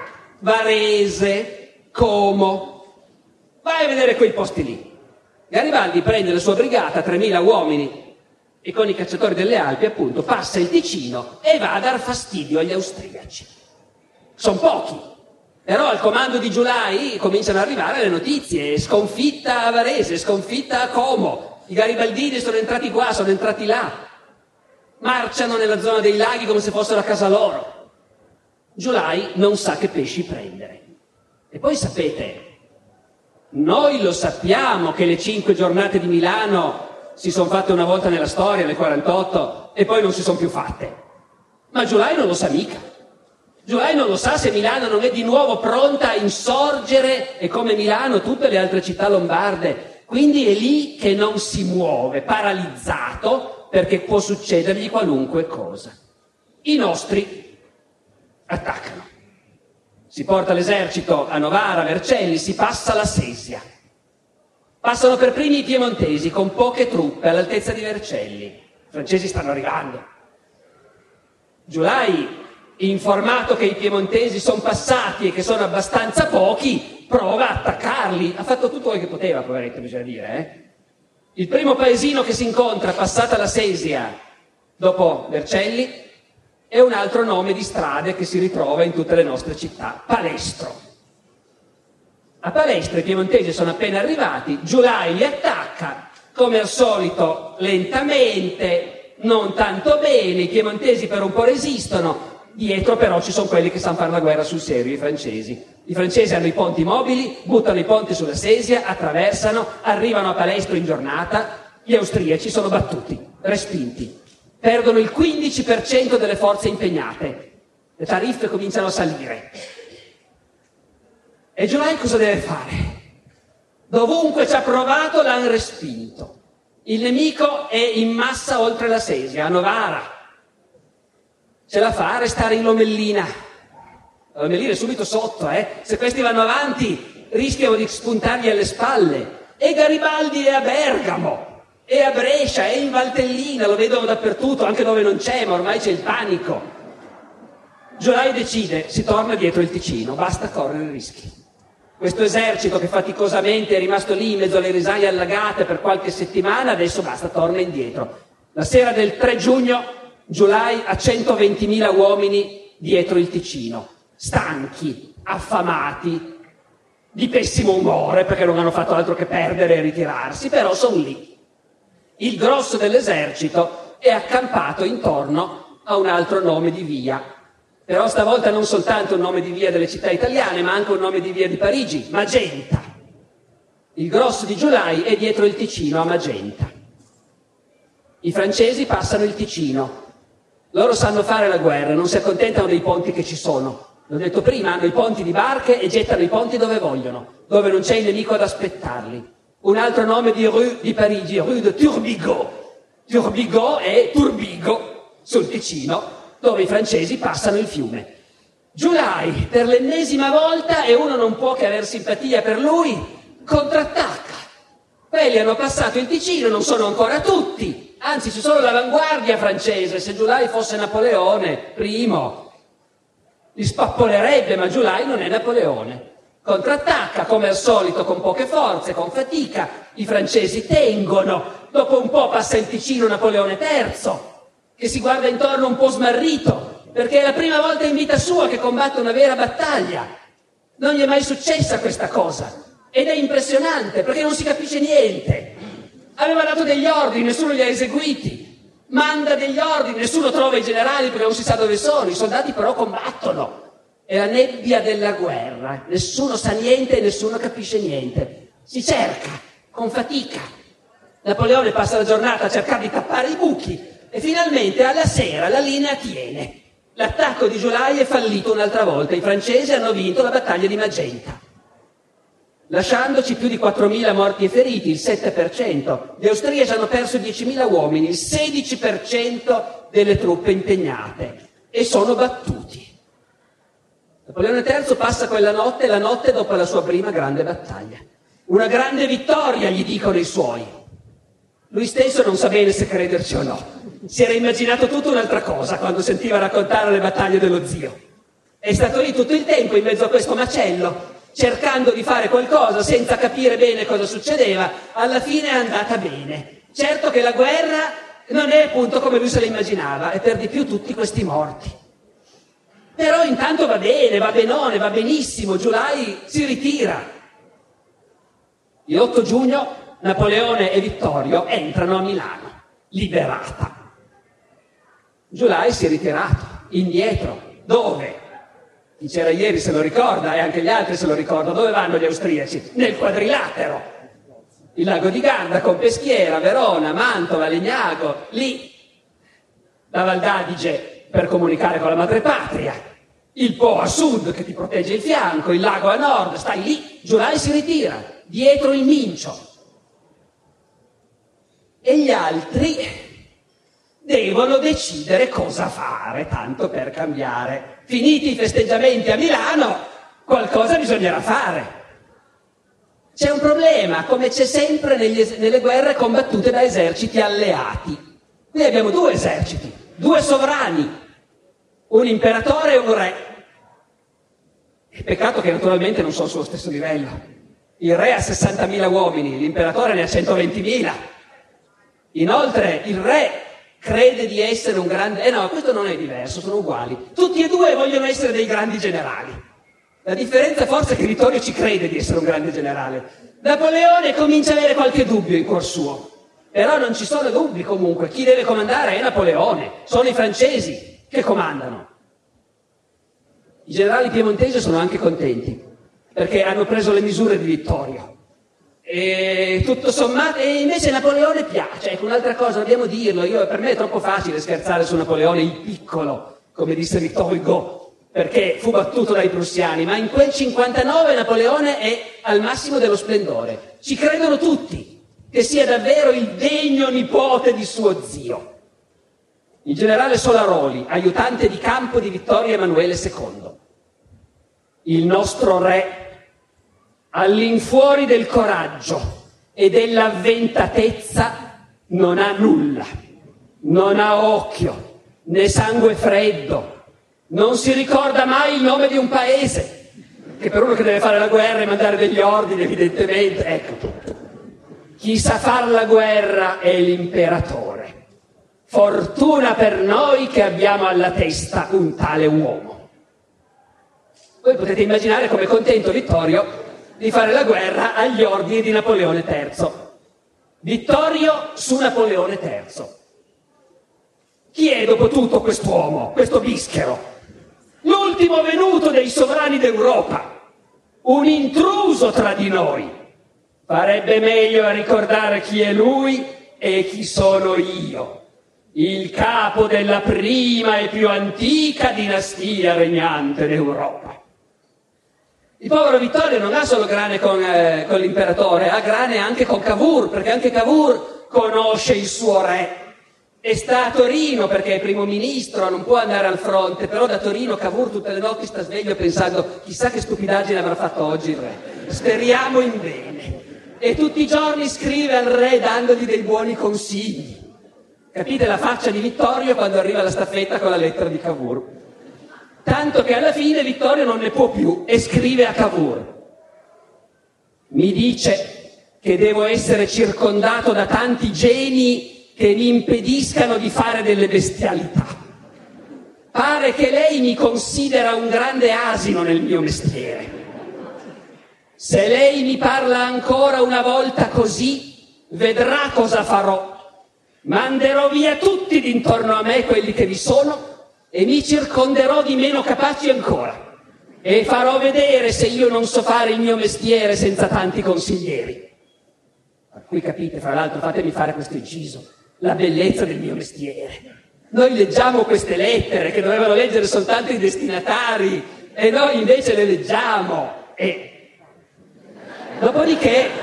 Speaker 2: Varese, Como, vai a vedere quei posti lì. Garibaldi prende la sua brigata, 3.000 uomini, e con i cacciatori delle Alpi, appunto, passa il Ticino e va a dar fastidio agli austriaci. Sono pochi, però al comando di Giulai cominciano ad arrivare le notizie: sconfitta a Varese, sconfitta a Como, i garibaldini sono entrati qua, sono entrati là, marciano nella zona dei laghi come se fossero a casa loro. Giulai non sa che pesci prendere. E poi sapete, noi lo sappiamo che le 5 giornate di Milano si sono fatte una volta nella storia, nel 48, e poi non si sono più fatte. Ma Giulai non lo sa mica. Giulai non lo sa se Milano non è di nuovo pronta a insorgere, e come Milano tutte le altre città lombarde. Quindi è lì che non si muove, paralizzato, perché può succedergli qualunque cosa. I nostri attaccano. Si porta l'esercito a Novara, Vercelli, si passa la Sesia. Passano per primi i piemontesi con poche truppe all'altezza di Vercelli. I francesi stanno arrivando. Giulai, informato che i piemontesi sono passati e che sono abbastanza pochi, prova a attaccarli. Ha fatto tutto quello che poteva, poveretto, bisogna dire. Il primo paesino che si incontra, passata la Sesia, dopo Vercelli, è un altro nome di strade che si ritrova in tutte le nostre città: Palestro. A Palestro i piemontesi sono appena arrivati, Giulai li attacca, come al solito lentamente, non tanto bene, i piemontesi per un po' resistono, dietro però ci sono quelli che sanno fare la guerra sul serio, i francesi. I francesi hanno i ponti mobili, buttano i ponti sulla Sesia, attraversano, arrivano a Palestro in giornata, gli austriaci sono battuti, respinti. Perdono il 15% delle forze impegnate, le tariffe cominciano a salire. E Giulai cosa deve fare? Dovunque ci ha provato l'hanno respinto. Il nemico è in massa oltre la Sesia, a Novara. Ce la fa a restare in Lomellina. Lomellina è subito sotto, Se questi vanno avanti rischiano di spuntargli alle spalle. E Garibaldi è a Bergamo. È a Brescia, è in Valtellina, lo vedono dappertutto, anche dove non c'è, ma ormai c'è il panico. Giulai decide, si torna dietro il Ticino, basta correre rischi. Questo esercito che faticosamente è rimasto lì in mezzo alle risaie allagate per qualche settimana, adesso basta, torna indietro. La sera del 3 giugno, Giulai ha 120.000 uomini dietro il Ticino, stanchi, affamati, di pessimo umore perché non hanno fatto altro che perdere e ritirarsi, però sono lì. Il grosso dell'esercito è accampato intorno a un altro nome di via, però stavolta non soltanto un nome di via delle città italiane, ma anche un nome di via di Parigi, Magenta. Il grosso di Giulai è dietro il Ticino a Magenta. I francesi passano il Ticino. Loro sanno fare la guerra, non si accontentano dei ponti che ci sono. L'ho detto prima, hanno i ponti di barche e gettano i ponti dove vogliono, dove non c'è il nemico ad aspettarli. Un altro nome di rue di Parigi, rue de Turbigo. Turbigo è Turbigo, sul Ticino, dove i francesi passano il fiume. Giulai, per l'ennesima volta, e uno non può che aver simpatia per lui, contrattacca. Quelli hanno passato il Ticino, non sono ancora tutti, anzi c'è solo l'avanguardia francese. Se Giulai fosse Napoleone, primo, li spappolerebbe, ma Giulai non è Napoleone. Contrattacca, come al solito, con poche forze, con fatica. I francesi tengono. Dopo un po' passa il Ticino Napoleone III, che si guarda intorno un po' smarrito, perché è la prima volta in vita sua che combatte una vera battaglia. Non gli è mai successa questa cosa. Ed è impressionante, perché non si capisce niente. Aveva dato degli ordini, nessuno li ha eseguiti. Manda degli ordini, nessuno trova i generali perché non si sa dove sono. I soldati però combattono. È la nebbia della guerra. Nessuno sa niente e nessuno capisce niente. Si cerca, con fatica. Napoleone passa la giornata a cercare di tappare i buchi e finalmente alla sera la linea tiene. L'attacco di Giulai è fallito un'altra volta. I francesi hanno vinto la battaglia di Magenta, lasciandoci più di 4.000 morti e feriti, il 7%. Gli austriaci hanno perso 10.000 uomini, il 16% delle truppe impegnate, e sono battuti. Napoleone III passa quella notte, la notte dopo la sua prima grande battaglia. Una grande vittoria, gli dicono i suoi. Lui stesso non sa bene se crederci o no. Si era immaginato tutta un'altra cosa quando sentiva raccontare le battaglie dello zio. È stato lì tutto il tempo in mezzo a questo macello, cercando di fare qualcosa senza capire bene cosa succedeva. Alla fine è andata bene. Certo che la guerra non è appunto come lui se la immaginava, e per di più tutti questi morti. Però intanto va bene, va benone, va benissimo. Giulai si ritira. Il 8 giugno Napoleone e Vittorio entrano a Milano, liberata. Giulai si è ritirato, indietro. Dove? Chi c'era ieri se lo ricorda e anche gli altri se lo ricordano. Dove vanno gli austriaci? Nel quadrilatero. Il lago di Garda con Peschiera, Verona, Mantova, Legnago, lì. La Val d'Adige per comunicare con la madrepatria. Il Po a sud che ti protegge il fianco, il lago a nord, stai lì. Giulai si ritira, dietro il Mincio. E gli altri devono decidere cosa fare, tanto per cambiare. Finiti i festeggiamenti a Milano, qualcosa bisognerà fare. C'è un problema, come c'è sempre nelle guerre combattute da eserciti alleati. Qui abbiamo due eserciti, due sovrani, un imperatore e un re. Peccato che naturalmente non sono sullo stesso livello. Il re ha 60.000 uomini, l'imperatore ne ha 120.000. Inoltre il re crede di essere un grande... no, questo non è diverso, sono uguali. Tutti e due vogliono essere dei grandi generali. La differenza forse è che Vittorio ci crede di essere un grande generale. Napoleone comincia ad avere qualche dubbio in cuor suo. Però non ci sono dubbi comunque. Chi deve comandare è Napoleone. Sono i francesi che comandano. I generali piemontesi sono anche contenti, perché hanno preso le misure di Vittorio. E tutto sommato, e invece Napoleone piace. Ecco, un'altra cosa, dobbiamo dirlo, per me è troppo facile scherzare su Napoleone il piccolo, come disse Victor Hugo, perché fu battuto dai prussiani, ma in quel 59 Napoleone è al massimo dello splendore. Ci credono tutti che sia davvero il degno nipote di suo zio. Il generale Solaroli, aiutante di campo di Vittorio Emanuele II. Il nostro re, all'infuori del coraggio e dell'avventatezza, non ha nulla, non ha occhio, né sangue freddo, non si ricorda mai il nome di un paese, che per uno che deve fare la guerra e mandare degli ordini, evidentemente, ecco. Chi sa far la guerra è l'imperatore. Fortuna per noi che abbiamo alla testa un tale uomo. Voi potete immaginare come contento Vittorio di fare la guerra agli ordini di Napoleone III. Vittorio su Napoleone III. Chi è dopo tutto quest'uomo, questo bischero? L'ultimo venuto dei sovrani d'Europa, un intruso tra di noi. Farebbe meglio a ricordare chi è lui e chi sono io, il capo della prima e più antica dinastia regnante d'Europa. Il povero Vittorio non ha solo grane con l'imperatore, ha grane anche con Cavour, perché anche Cavour conosce il suo re. E sta a Torino perché è primo ministro, non può andare al fronte, però da Torino Cavour tutte le notti sta sveglio pensando chissà che stupidaggine avrà fatto oggi il re. Speriamo in bene. E tutti i giorni scrive al re dandogli dei buoni consigli. Capite la faccia di Vittorio quando arriva la staffetta con la lettera di Cavour? Tanto che alla fine Vittorio non ne può più e scrive a Cavour. Mi dice che devo essere circondato da tanti geni che mi impediscano di fare delle bestialità. Pare che lei mi considera un grande asino nel mio mestiere. Se lei mi parla ancora una volta così, vedrà cosa farò. Manderò via tutti d'intorno a me quelli che vi sono e mi circonderò di meno capaci ancora. E farò vedere se io non so fare il mio mestiere senza tanti consiglieri. A cui capite, fra l'altro, fatemi fare questo inciso, la bellezza del mio mestiere. Noi leggiamo queste lettere che dovevano leggere soltanto i destinatari e noi invece le leggiamo e dopodiché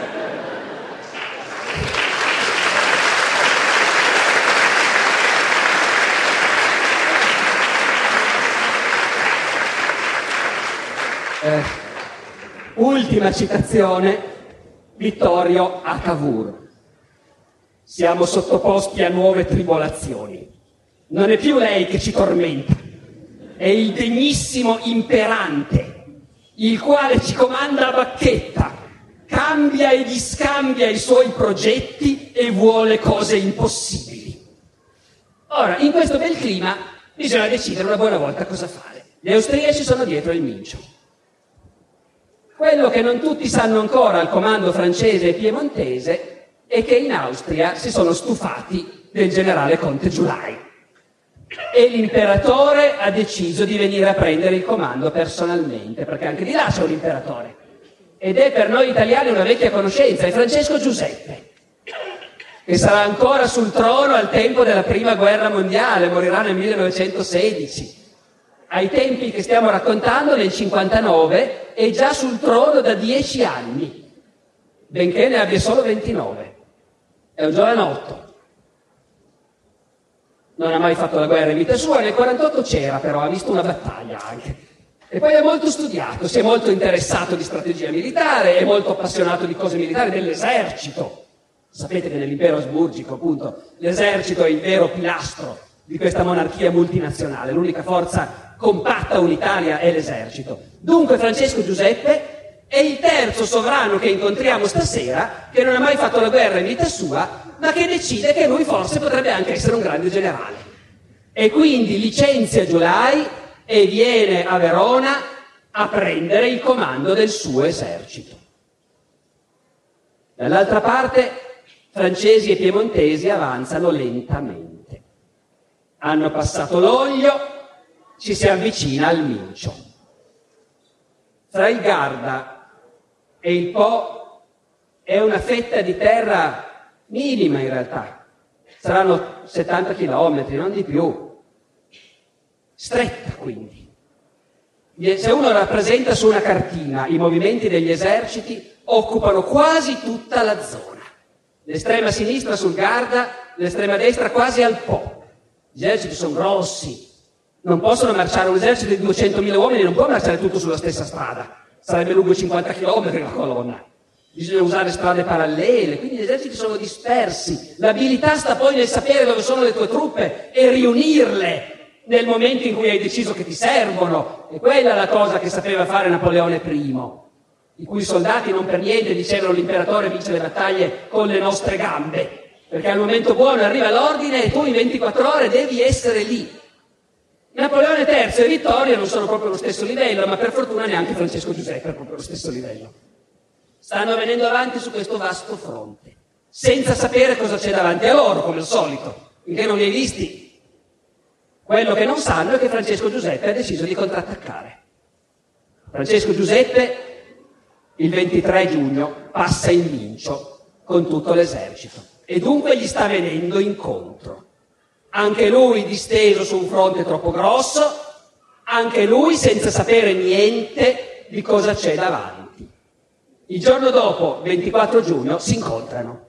Speaker 2: ultima citazione, Vittorio a Cavour. Siamo sottoposti a nuove tribolazioni. Non è più lei che ci tormenta, è il degnissimo imperante, il quale ci comanda a bacchetta, cambia e discambia i suoi progetti e vuole cose impossibili. Ora, in questo bel clima, bisogna decidere una buona volta cosa fare. Gli austriaci sono dietro il Mincio. Quello che non tutti sanno ancora al comando francese e piemontese è che in Austria si sono stufati del generale Conte Giulai e l'imperatore ha deciso di venire a prendere il comando personalmente, perché anche di là c'è un imperatore ed è per noi italiani una vecchia conoscenza, è Francesco Giuseppe, che sarà ancora sul trono al tempo della prima guerra mondiale, morirà nel 1916. Ai tempi che stiamo raccontando, nel 59, è già sul trono da 10 anni, benché ne abbia solo 29. È un giovanotto. Non ha mai fatto la guerra in vita sua, nel 48 c'era, però ha visto una battaglia anche. E poi è molto studiato, si è molto interessato di strategia militare, è molto appassionato di cose militari, dell'esercito. Sapete che nell'impero asburgico, appunto, l'esercito è il vero pilastro di questa monarchia multinazionale, l'unica forza compatta unitaria è l'esercito. Dunque Francesco Giuseppe è il terzo sovrano che incontriamo stasera, che non ha mai fatto la guerra in vita sua, ma che decide che lui forse potrebbe anche essere un grande generale. E quindi licenzia Giulai e viene a Verona a prendere il comando del suo esercito. Dall'altra parte, francesi e piemontesi avanzano lentamente. Hanno passato l'Oglio, ci si avvicina al Mincio. Fra il Garda e il Po è una fetta di terra minima in realtà, saranno 70 chilometri, non di più, stretta quindi. Se uno rappresenta su una cartina i movimenti degli eserciti, occupano quasi tutta la zona. L'estrema sinistra sul Garda, l'estrema destra quasi al Po. Gli eserciti sono grossi, non possono marciare, un esercito di 200.000 uomini non può marciare tutto sulla stessa strada, sarebbe lungo 50 km la colonna. Bisogna usare strade parallele, quindi gli eserciti sono dispersi. L'abilità sta poi nel sapere dove sono le tue truppe e riunirle nel momento in cui hai deciso che ti servono. E quella è la cosa che sapeva fare Napoleone I, i cui soldati non per niente dicevano l'imperatore vince le battaglie con le nostre gambe, perché al momento buono arriva l'ordine e tu in 24 ore devi essere lì. Napoleone III e Vittorio non sono proprio allo stesso livello, ma per fortuna neanche Francesco Giuseppe è proprio allo stesso livello. Stanno venendo avanti su questo vasto fronte, senza sapere cosa c'è davanti a loro, come al solito, finché non li hai visti. Quello che non sanno è che Francesco Giuseppe ha deciso di contrattaccare. Francesco Giuseppe il 23 giugno passa in Mincio con tutto l'esercito e dunque gli sta venendo incontro. Anche lui disteso su un fronte troppo grosso, anche lui senza sapere niente di cosa c'è davanti. Il giorno dopo, 24 giugno, si incontrano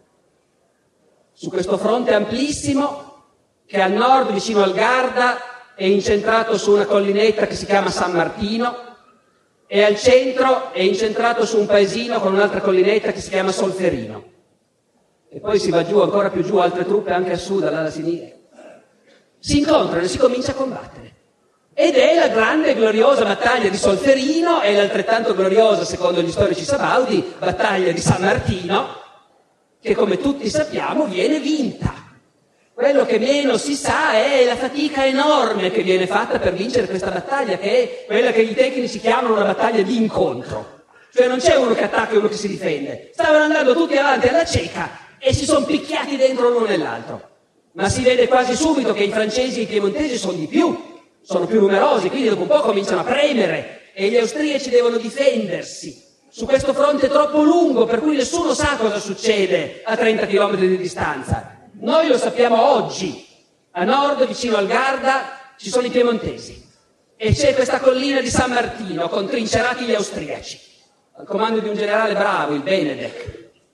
Speaker 2: su questo fronte amplissimo che al nord, vicino al Garda, è incentrato su una collinetta che si chiama San Martino, e al centro è incentrato su un paesino con un'altra collinetta che si chiama Solferino. E poi si va giù, ancora più giù, altre truppe anche a sud, alla sinistra. Si incontrano e si comincia a combattere. Ed è la grande e gloriosa battaglia di Solferino e l'altrettanto gloriosa, secondo gli storici sabaudi, battaglia di San Martino, che come tutti sappiamo viene vinta. Quello che meno si sa è la fatica enorme che viene fatta per vincere questa battaglia, che è quella che i tecnici chiamano una battaglia di incontro. Cioè non c'è uno che attacca e uno che si difende. Stavano andando tutti avanti alla cieca e si sono picchiati dentro l'uno nell'altro. Ma si vede quasi subito che i francesi e i piemontesi sono di più, sono più numerosi, quindi dopo un po' cominciano a premere e gli austriaci devono difendersi su questo fronte troppo lungo per cui nessuno sa cosa succede a 30 km di distanza. Noi lo sappiamo oggi. A nord, vicino al Garda, ci sono i piemontesi e c'è questa collina di San Martino con trincerati gli austriaci al comando di un generale bravo, il Benedek.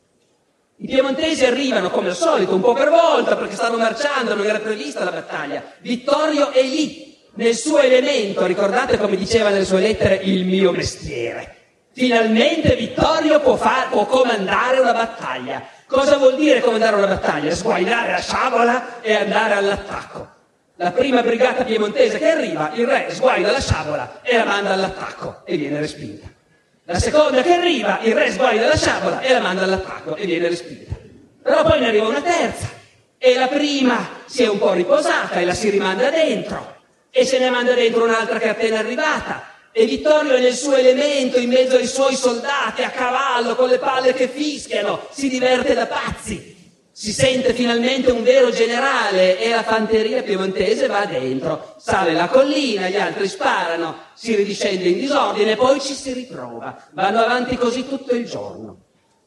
Speaker 2: I piemontesi arrivano come al solito, un po' per volta, perché stanno marciando, non era prevista la battaglia. Vittorio è lì, nel suo elemento, ricordate come diceva nelle sue lettere, il mio mestiere. Finalmente Vittorio può comandare una battaglia. Cosa vuol dire comandare una battaglia? Sguainare la sciabola e andare all'attacco. La prima brigata piemontese che arriva, il re sguaina la sciabola e la manda all'attacco e viene respinta. La seconda che arriva, il re sguaina la sciabola e la manda all'attacco e viene respinta. Però poi ne arriva una terza e la prima si è un po' riposata e la si rimanda dentro e se ne manda dentro un'altra che è appena arrivata. E Vittorio è nel suo elemento, in mezzo ai suoi soldati, a cavallo, con le palle che fischiano, si diverte da pazzi. Si sente finalmente un vero generale e la fanteria piemontese va dentro. Sale la collina, gli altri sparano, si ridiscende in disordine, poi ci si riprova. Vanno avanti così tutto il giorno.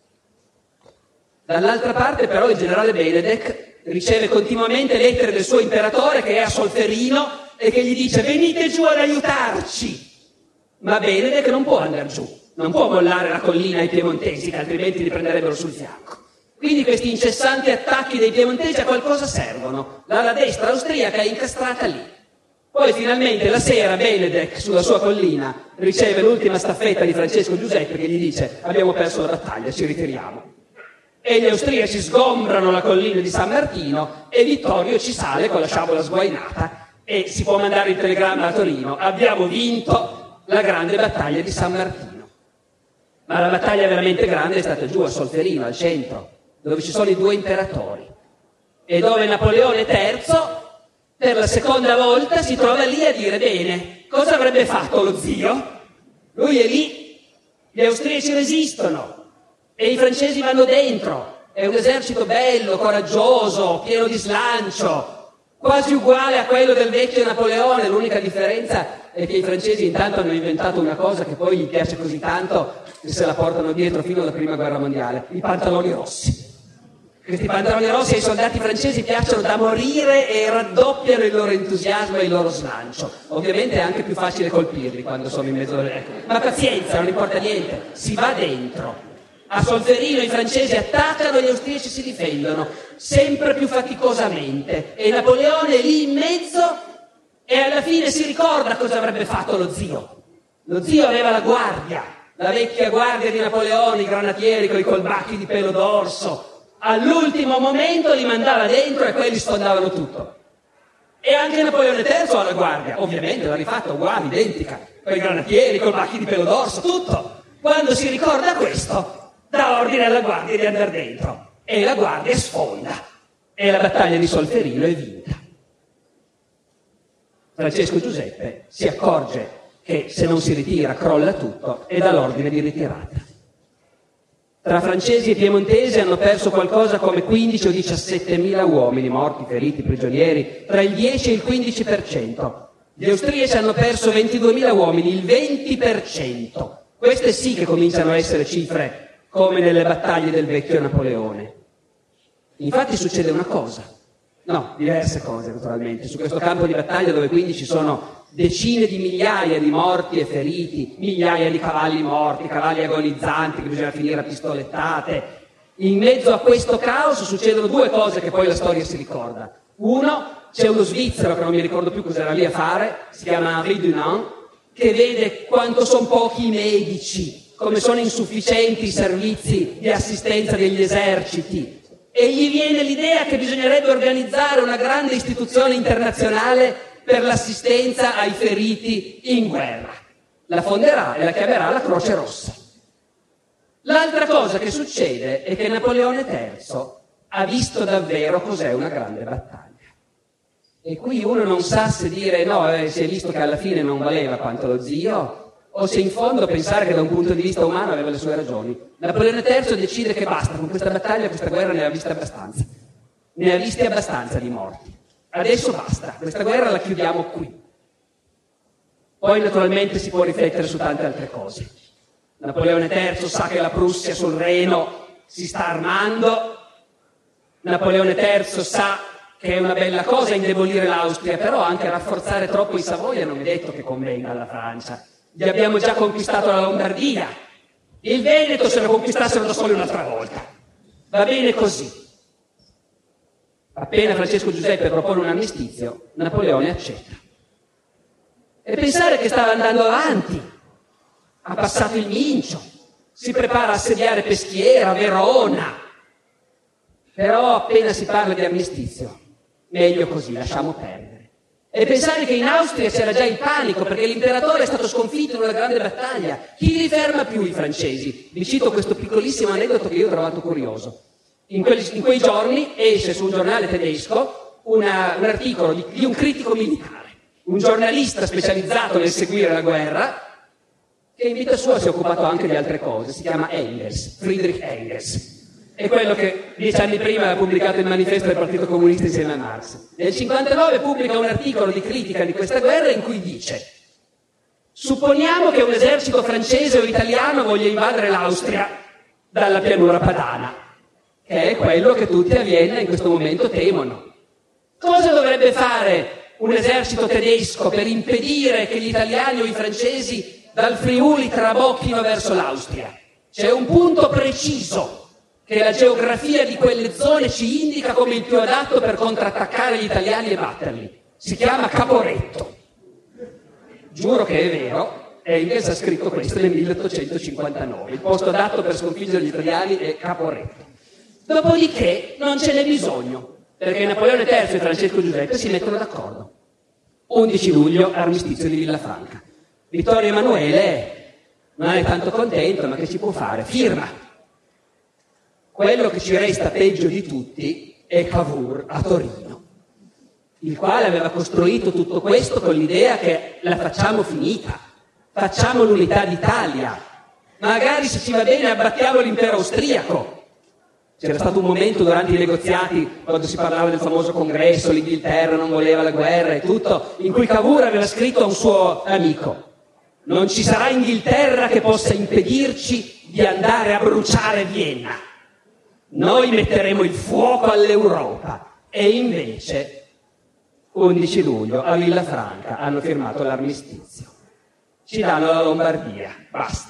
Speaker 2: Dall'altra parte però il generale Benedek riceve continuamente lettere del suo imperatore che è a Solferino e che gli dice venite giù ad aiutarci. Ma Benedek non può andare giù, non può mollare la collina ai piemontesi che altrimenti li prenderebbero sul fianco. Quindi questi incessanti attacchi dei piemontesi a qualcosa servono. L'ala destra austriaca è incastrata lì. Poi finalmente la sera Benedek sulla sua collina riceve l'ultima staffetta di Francesco Giuseppe che gli dice abbiamo perso la battaglia, ci ritiriamo. E gli austriaci sgombrano la collina di San Martino e Vittorio ci sale con la sciabola sguainata e si può mandare il telegramma a Torino. Abbiamo vinto la grande battaglia di San Martino. Ma la battaglia veramente grande è stata giù a Solferino, al centro, dove ci sono i due imperatori e dove Napoleone III per la seconda volta si trova lì a dire bene, cosa avrebbe fatto lo zio? Lui è lì, gli austriaci resistono e i francesi vanno dentro, è un esercito bello, coraggioso, pieno di slancio, quasi uguale a quello del vecchio Napoleone, l'unica differenza è che i francesi intanto hanno inventato una cosa che poi gli piace così tanto che se la portano dietro fino alla prima guerra mondiale, i pantaloni rossi. Questi pantaloni rossi ai soldati francesi piacciono da morire e raddoppiano il loro entusiasmo e il loro slancio. Ovviamente è anche più facile colpirli quando sono in mezzo alle... Ma pazienza, non importa niente, si va dentro. A Solferino i francesi attaccano e gli austriaci si difendono, sempre più faticosamente. E Napoleone è lì in mezzo e alla fine si ricorda cosa avrebbe fatto lo zio. Lo zio aveva la guardia, la vecchia guardia di Napoleone, i granatieri con i colbacchi di pelo d'orso. All'ultimo momento li mandava dentro e quelli sfondavano tutto. E anche Napoleone III ha la guardia, ovviamente l'ha rifatta uguale, identica, con i granatieri, col macchi di pelo d'orso, tutto. Quando si ricorda questo, dà ordine alla guardia di andare dentro. E la guardia sfonda. E la battaglia di Solferino è vinta. Francesco Giuseppe si accorge che se non si ritira crolla tutto e dà l'ordine di ritirata. Tra francesi e piemontesi hanno perso qualcosa come 15 o 17.000 uomini, morti, feriti, prigionieri, tra il 10 e il 15%. Gli austriaci hanno perso 22.000 uomini, il 20%. Queste sì che cominciano a essere cifre come nelle battaglie del vecchio Napoleone. Infatti succede una cosa, no, diverse cose naturalmente, su questo campo di battaglia dove quindi ci sono decine di migliaia di morti e feriti, migliaia di cavalli morti, cavalli agonizzanti che bisogna finire a pistolettate. In mezzo a questo caos succedono due cose che poi la storia si ricorda. Uno, c'è uno svizzero che non mi ricordo più cos'era lì a fare, si chiama Henri Dunant, che vede quanto sono pochi i medici, come sono insufficienti i servizi di assistenza degli eserciti, e gli viene l'idea che bisognerebbe organizzare una grande istituzione internazionale per l'assistenza ai feriti in guerra. La fonderà e la chiamerà la Croce Rossa. L'altra cosa che succede è che Napoleone III ha visto davvero cos'è una grande battaglia. E qui uno non sa se dire no, si è visto che alla fine non valeva quanto lo zio, o se in fondo pensare che da un punto di vista umano aveva le sue ragioni. Napoleone III decide che basta, con questa battaglia, questa guerra ne ha viste abbastanza. Ne ha visti abbastanza di morti. Adesso basta, questa guerra la chiudiamo qui. Poi naturalmente si può riflettere su tante altre cose. Napoleone III sa che la Prussia sul Reno si sta armando, Napoleone III sa che è una bella cosa indebolire l'Austria, però anche rafforzare troppo i Savoia non è detto che convenga alla Francia. Gli abbiamo già conquistato la Lombardia, il Veneto se lo conquistassero da soli un'altra volta. Va bene così. Appena Francesco Giuseppe propone un armistizio, Napoleone accetta. E pensare che stava andando avanti, ha passato il Mincio, si prepara a assediare Peschiera, Verona. Però appena si parla di armistizio, meglio così, lasciamo perdere. E pensare che in Austria c'era già il panico perché l'imperatore è stato sconfitto in una grande battaglia. Chi li ferma più i francesi? Vi cito questo piccolissimo aneddoto che io ho trovato curioso. In quei giorni esce su un giornale tedesco un articolo di un critico militare, un giornalista specializzato nel seguire la guerra, che in vita sua si è occupato anche di altre cose. Si chiama Engels, Friedrich Engels. È quello che 10 anni prima aveva pubblicato il manifesto del Partito Comunista insieme a Marx. Nel 1959 pubblica un articolo di critica di questa guerra in cui dice: supponiamo che un esercito francese o italiano voglia invadere l'Austria dalla pianura padana, che è quello che tutti a Vienna in questo momento temono. Cosa dovrebbe fare un esercito tedesco per impedire che gli italiani o i francesi dal Friuli trabocchino verso l'Austria? C'è un punto preciso che la geografia di quelle zone ci indica come il più adatto per contrattaccare gli italiani e batterli. Si chiama Caporetto. Giuro che è vero, Engels ha scritto questo nel 1859. Il posto adatto per sconfiggere gli italiani è Caporetto. Dopodiché non ce n'è bisogno, perché Napoleone III e Francesco Giuseppe si mettono d'accordo. 11 luglio, armistizio di Villafranca. Vittorio Emanuele non è tanto contento, ma che ci può fare? Firma. Quello che ci resta peggio di tutti è Cavour a Torino, il quale aveva costruito tutto questo con l'idea che la facciamo finita, facciamo l'unità d'Italia, magari se ci va bene abbattiamo l'impero austriaco. C'era stato un momento durante i negoziati, quando si parlava del famoso congresso, l'Inghilterra non voleva la guerra e tutto, in cui Cavour aveva scritto a un suo amico: non ci sarà Inghilterra che possa impedirci di andare a bruciare Vienna. Noi metteremo il fuoco all'Europa. E invece 11 luglio a Villafranca hanno firmato l'armistizio. Ci danno la Lombardia, basta.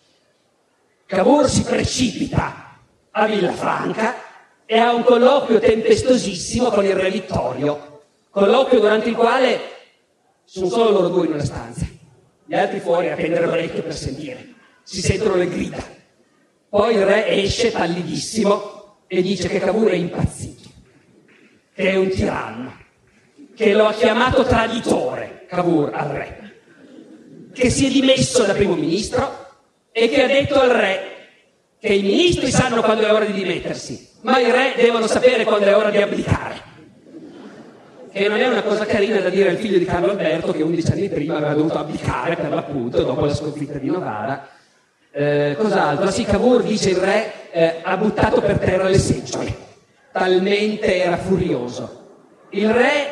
Speaker 2: Cavour si precipita a Villafranca e ha un colloquio tempestosissimo con il re Vittorio, colloquio durante il quale sono solo loro due in una stanza, gli altri fuori a prendere l'orecchio per sentire, si sentono le grida. Poi il re esce pallidissimo e dice che Cavour è impazzito, che è un tiranno, che che lo ha chiamato traditore, Cavour, al re, che si è dimesso da primo ministro e che ha detto al re che i ministri sanno quando è ora di dimettersi, ma i re devono sapere quando è ora di abdicare. Che non è una cosa carina da dire al figlio di Carlo Alberto, che 11 anni prima aveva dovuto abdicare per l'appunto dopo la sconfitta di Novara. Cos'altro? Sì, Cavour dice il re ha buttato per terra le seggiole, talmente era furioso. Il re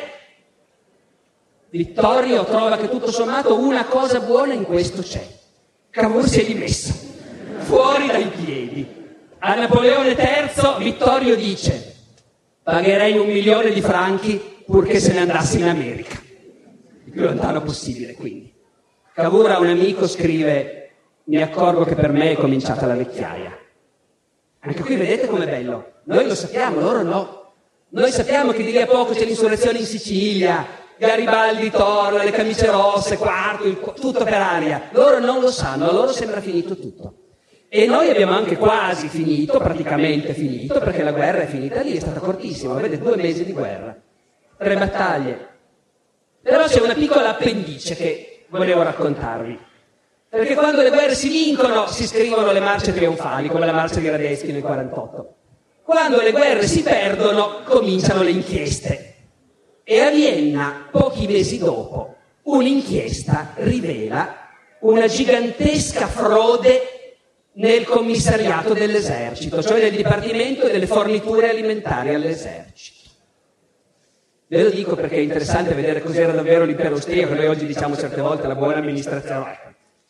Speaker 2: Vittorio trova che tutto sommato una cosa buona in questo c'è. Cavour si è dimesso, fuori dai piedi. A Napoleone III Vittorio dice: pagherei 1 milione di franchi purché se ne andasse in America. Il più lontano possibile, quindi. Cavour a un amico scrive: mi accorgo che per me è cominciata la vecchiaia. Anche qui vedete com'è bello. Noi lo sappiamo, loro no. Noi sappiamo che di lì a poco c'è l'insurrezione in Sicilia, Garibaldi torna, le camicie rosse, tutto per aria. Loro non lo sanno, a loro sembra finito tutto. E noi abbiamo anche quasi finito, praticamente finito, perché la guerra è finita lì, è stata cortissima. Vedete, 2 mesi di guerra, 3 battaglie. Però c'è una piccola appendice che volevo raccontarvi. Perché quando le guerre si vincono si scrivono le marce trionfali, come la marcia di Radetzky nel 48. Quando le guerre si perdono cominciano le inchieste. E a Vienna, pochi mesi dopo, un'inchiesta rivela una gigantesca frode nel commissariato dell'esercito, cioè nel dipartimento delle forniture alimentari all'esercito. Ve lo dico perché è interessante vedere cos'era davvero l'impero austriaco. Noi oggi diciamo certe volte la buona amministrazione.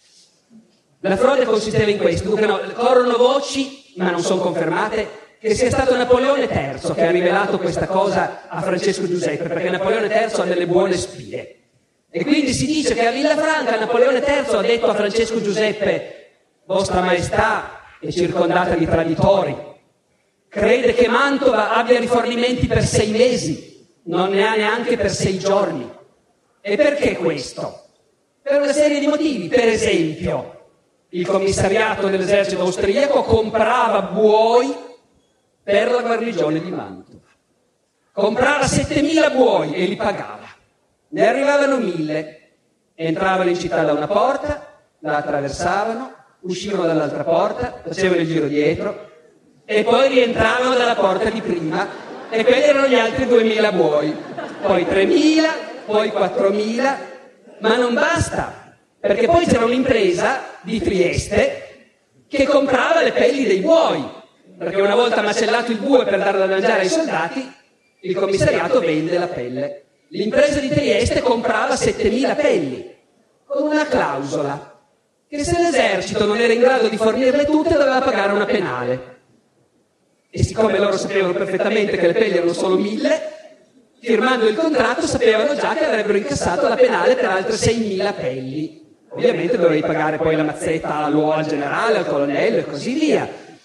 Speaker 2: La frode consisteva in questo, corrono voci, ma non sono confermate, che sia stato Napoleone III che ha rivelato questa cosa a Francesco Giuseppe, perché Napoleone III ha delle buone spie. E quindi si dice che a Villafranca Napoleone III ha detto a Francesco Giuseppe: Vostra Maestà è circondata di traditori, crede che Mantova abbia rifornimenti per 6 mesi, non ne ha neanche per 6 giorni. E perché questo? Per una serie di motivi. Per esempio, il commissariato dell'esercito austriaco comprava buoi per la guarnigione di Mantova. Comprava 7.000 buoi e li pagava. Ne arrivavano 1.000, entravano in città da una porta, la attraversavano, uscivano dall'altra porta, facevano il giro dietro e poi rientravano dalla porta di prima, e quelli erano gli altri 2.000 buoi. Poi 3.000, poi 4.000, ma non basta. Perché poi c'era un'impresa di Trieste che comprava le pelli dei buoi, perché una volta macellato il bue per darlo da mangiare ai soldati, il commissariato vende la pelle. L'impresa di Trieste comprava 7.000 pelli, con una clausola, che se l'esercito non era in grado di fornirle tutte doveva pagare una penale. E siccome loro sapevano perfettamente che le pelli erano solo 1.000, firmando il contratto sapevano già che avrebbero incassato la penale per altre 6.000 pelli. Ovviamente dovevi pagare poi la mazzetta all'uomo, al generale, al colonnello e così via.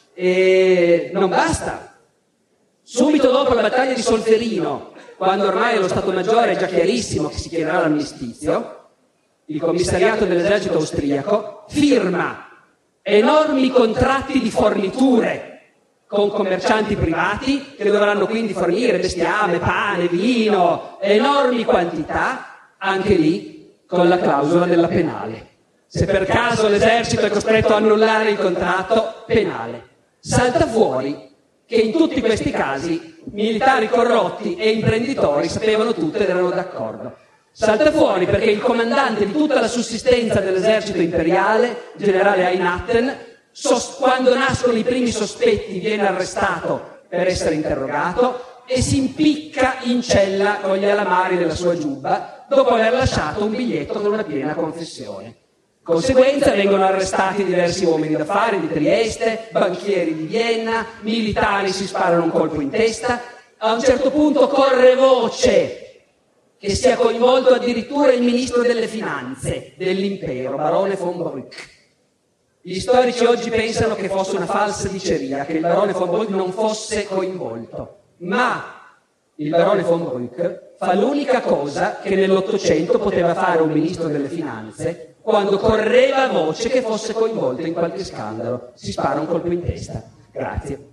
Speaker 2: E non basta. Subito dopo la battaglia di Solferino, quando ormai allo Stato Maggiore è già chiarissimo che si chiederà l'armistizio, il commissariato dell'esercito austriaco firma enormi contratti di forniture con commercianti privati che dovranno quindi fornire bestiame, pane, vino, enormi quantità, anche lì con la clausola della penale. Se per caso l'esercito è costretto a annullare il contratto, penale. Salta fuori che in tutti questi casi militari corrotti e imprenditori sapevano tutto ed erano d'accordo. Salta fuori perché il comandante di tutta la sussistenza dell'esercito imperiale, generale Einatten, quando nascono i primi sospetti viene arrestato per essere interrogato e si impicca in cella con gli alamari della sua giubba dopo aver lasciato un biglietto con una piena confessione. Conseguenza, vengono arrestati diversi uomini d'affari di Trieste, banchieri di Vienna, militari si sparano un colpo in testa. A un certo punto corre voce che sia coinvolto addirittura il ministro delle finanze dell'impero, barone von Brück. Gli storici oggi pensano che fosse una falsa diceria, che il barone von Brück non fosse coinvolto, ma il barone von Brück fa l'unica cosa che nell'Ottocento poteva fare un ministro delle finanze quando correva voce che fosse coinvolto in qualche scandalo: si spara un colpo in testa. Grazie.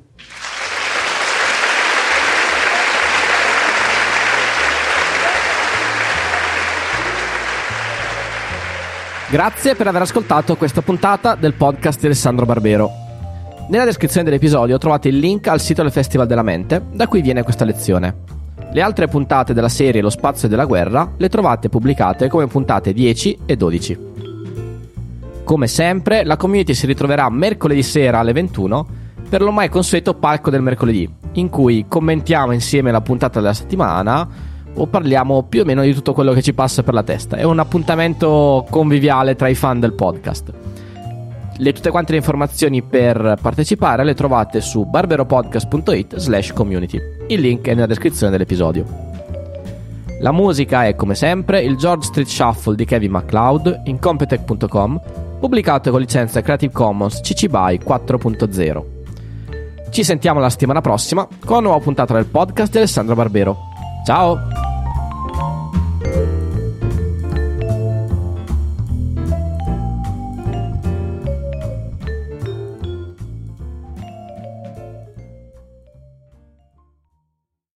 Speaker 1: Grazie per aver ascoltato questa puntata del podcast di Alessandro Barbero. Nella descrizione dell'episodio trovate il link al sito del Festival della Mente, da cui viene questa lezione. Le altre puntate della serie Lo spazio della guerra le trovate pubblicate come puntate 10 e 12. Come sempre, la community si ritroverà mercoledì sera alle 21 per l'ormai consueto palco del mercoledì, in cui commentiamo insieme la puntata della settimana o parliamo più o meno di tutto quello che ci passa per la testa. È un appuntamento conviviale tra i fan del podcast. Tutte quante le informazioni per partecipare le trovate su barberopodcast.it/community. Il link è nella descrizione dell'episodio. La musica è, come sempre, il George Street Shuffle di Kevin MacLeod in Competech.com, pubblicato con licenza Creative Commons CC BY 4.0. Ci sentiamo la settimana prossima con una nuova puntata del podcast di Alessandro Barbero. Ciao!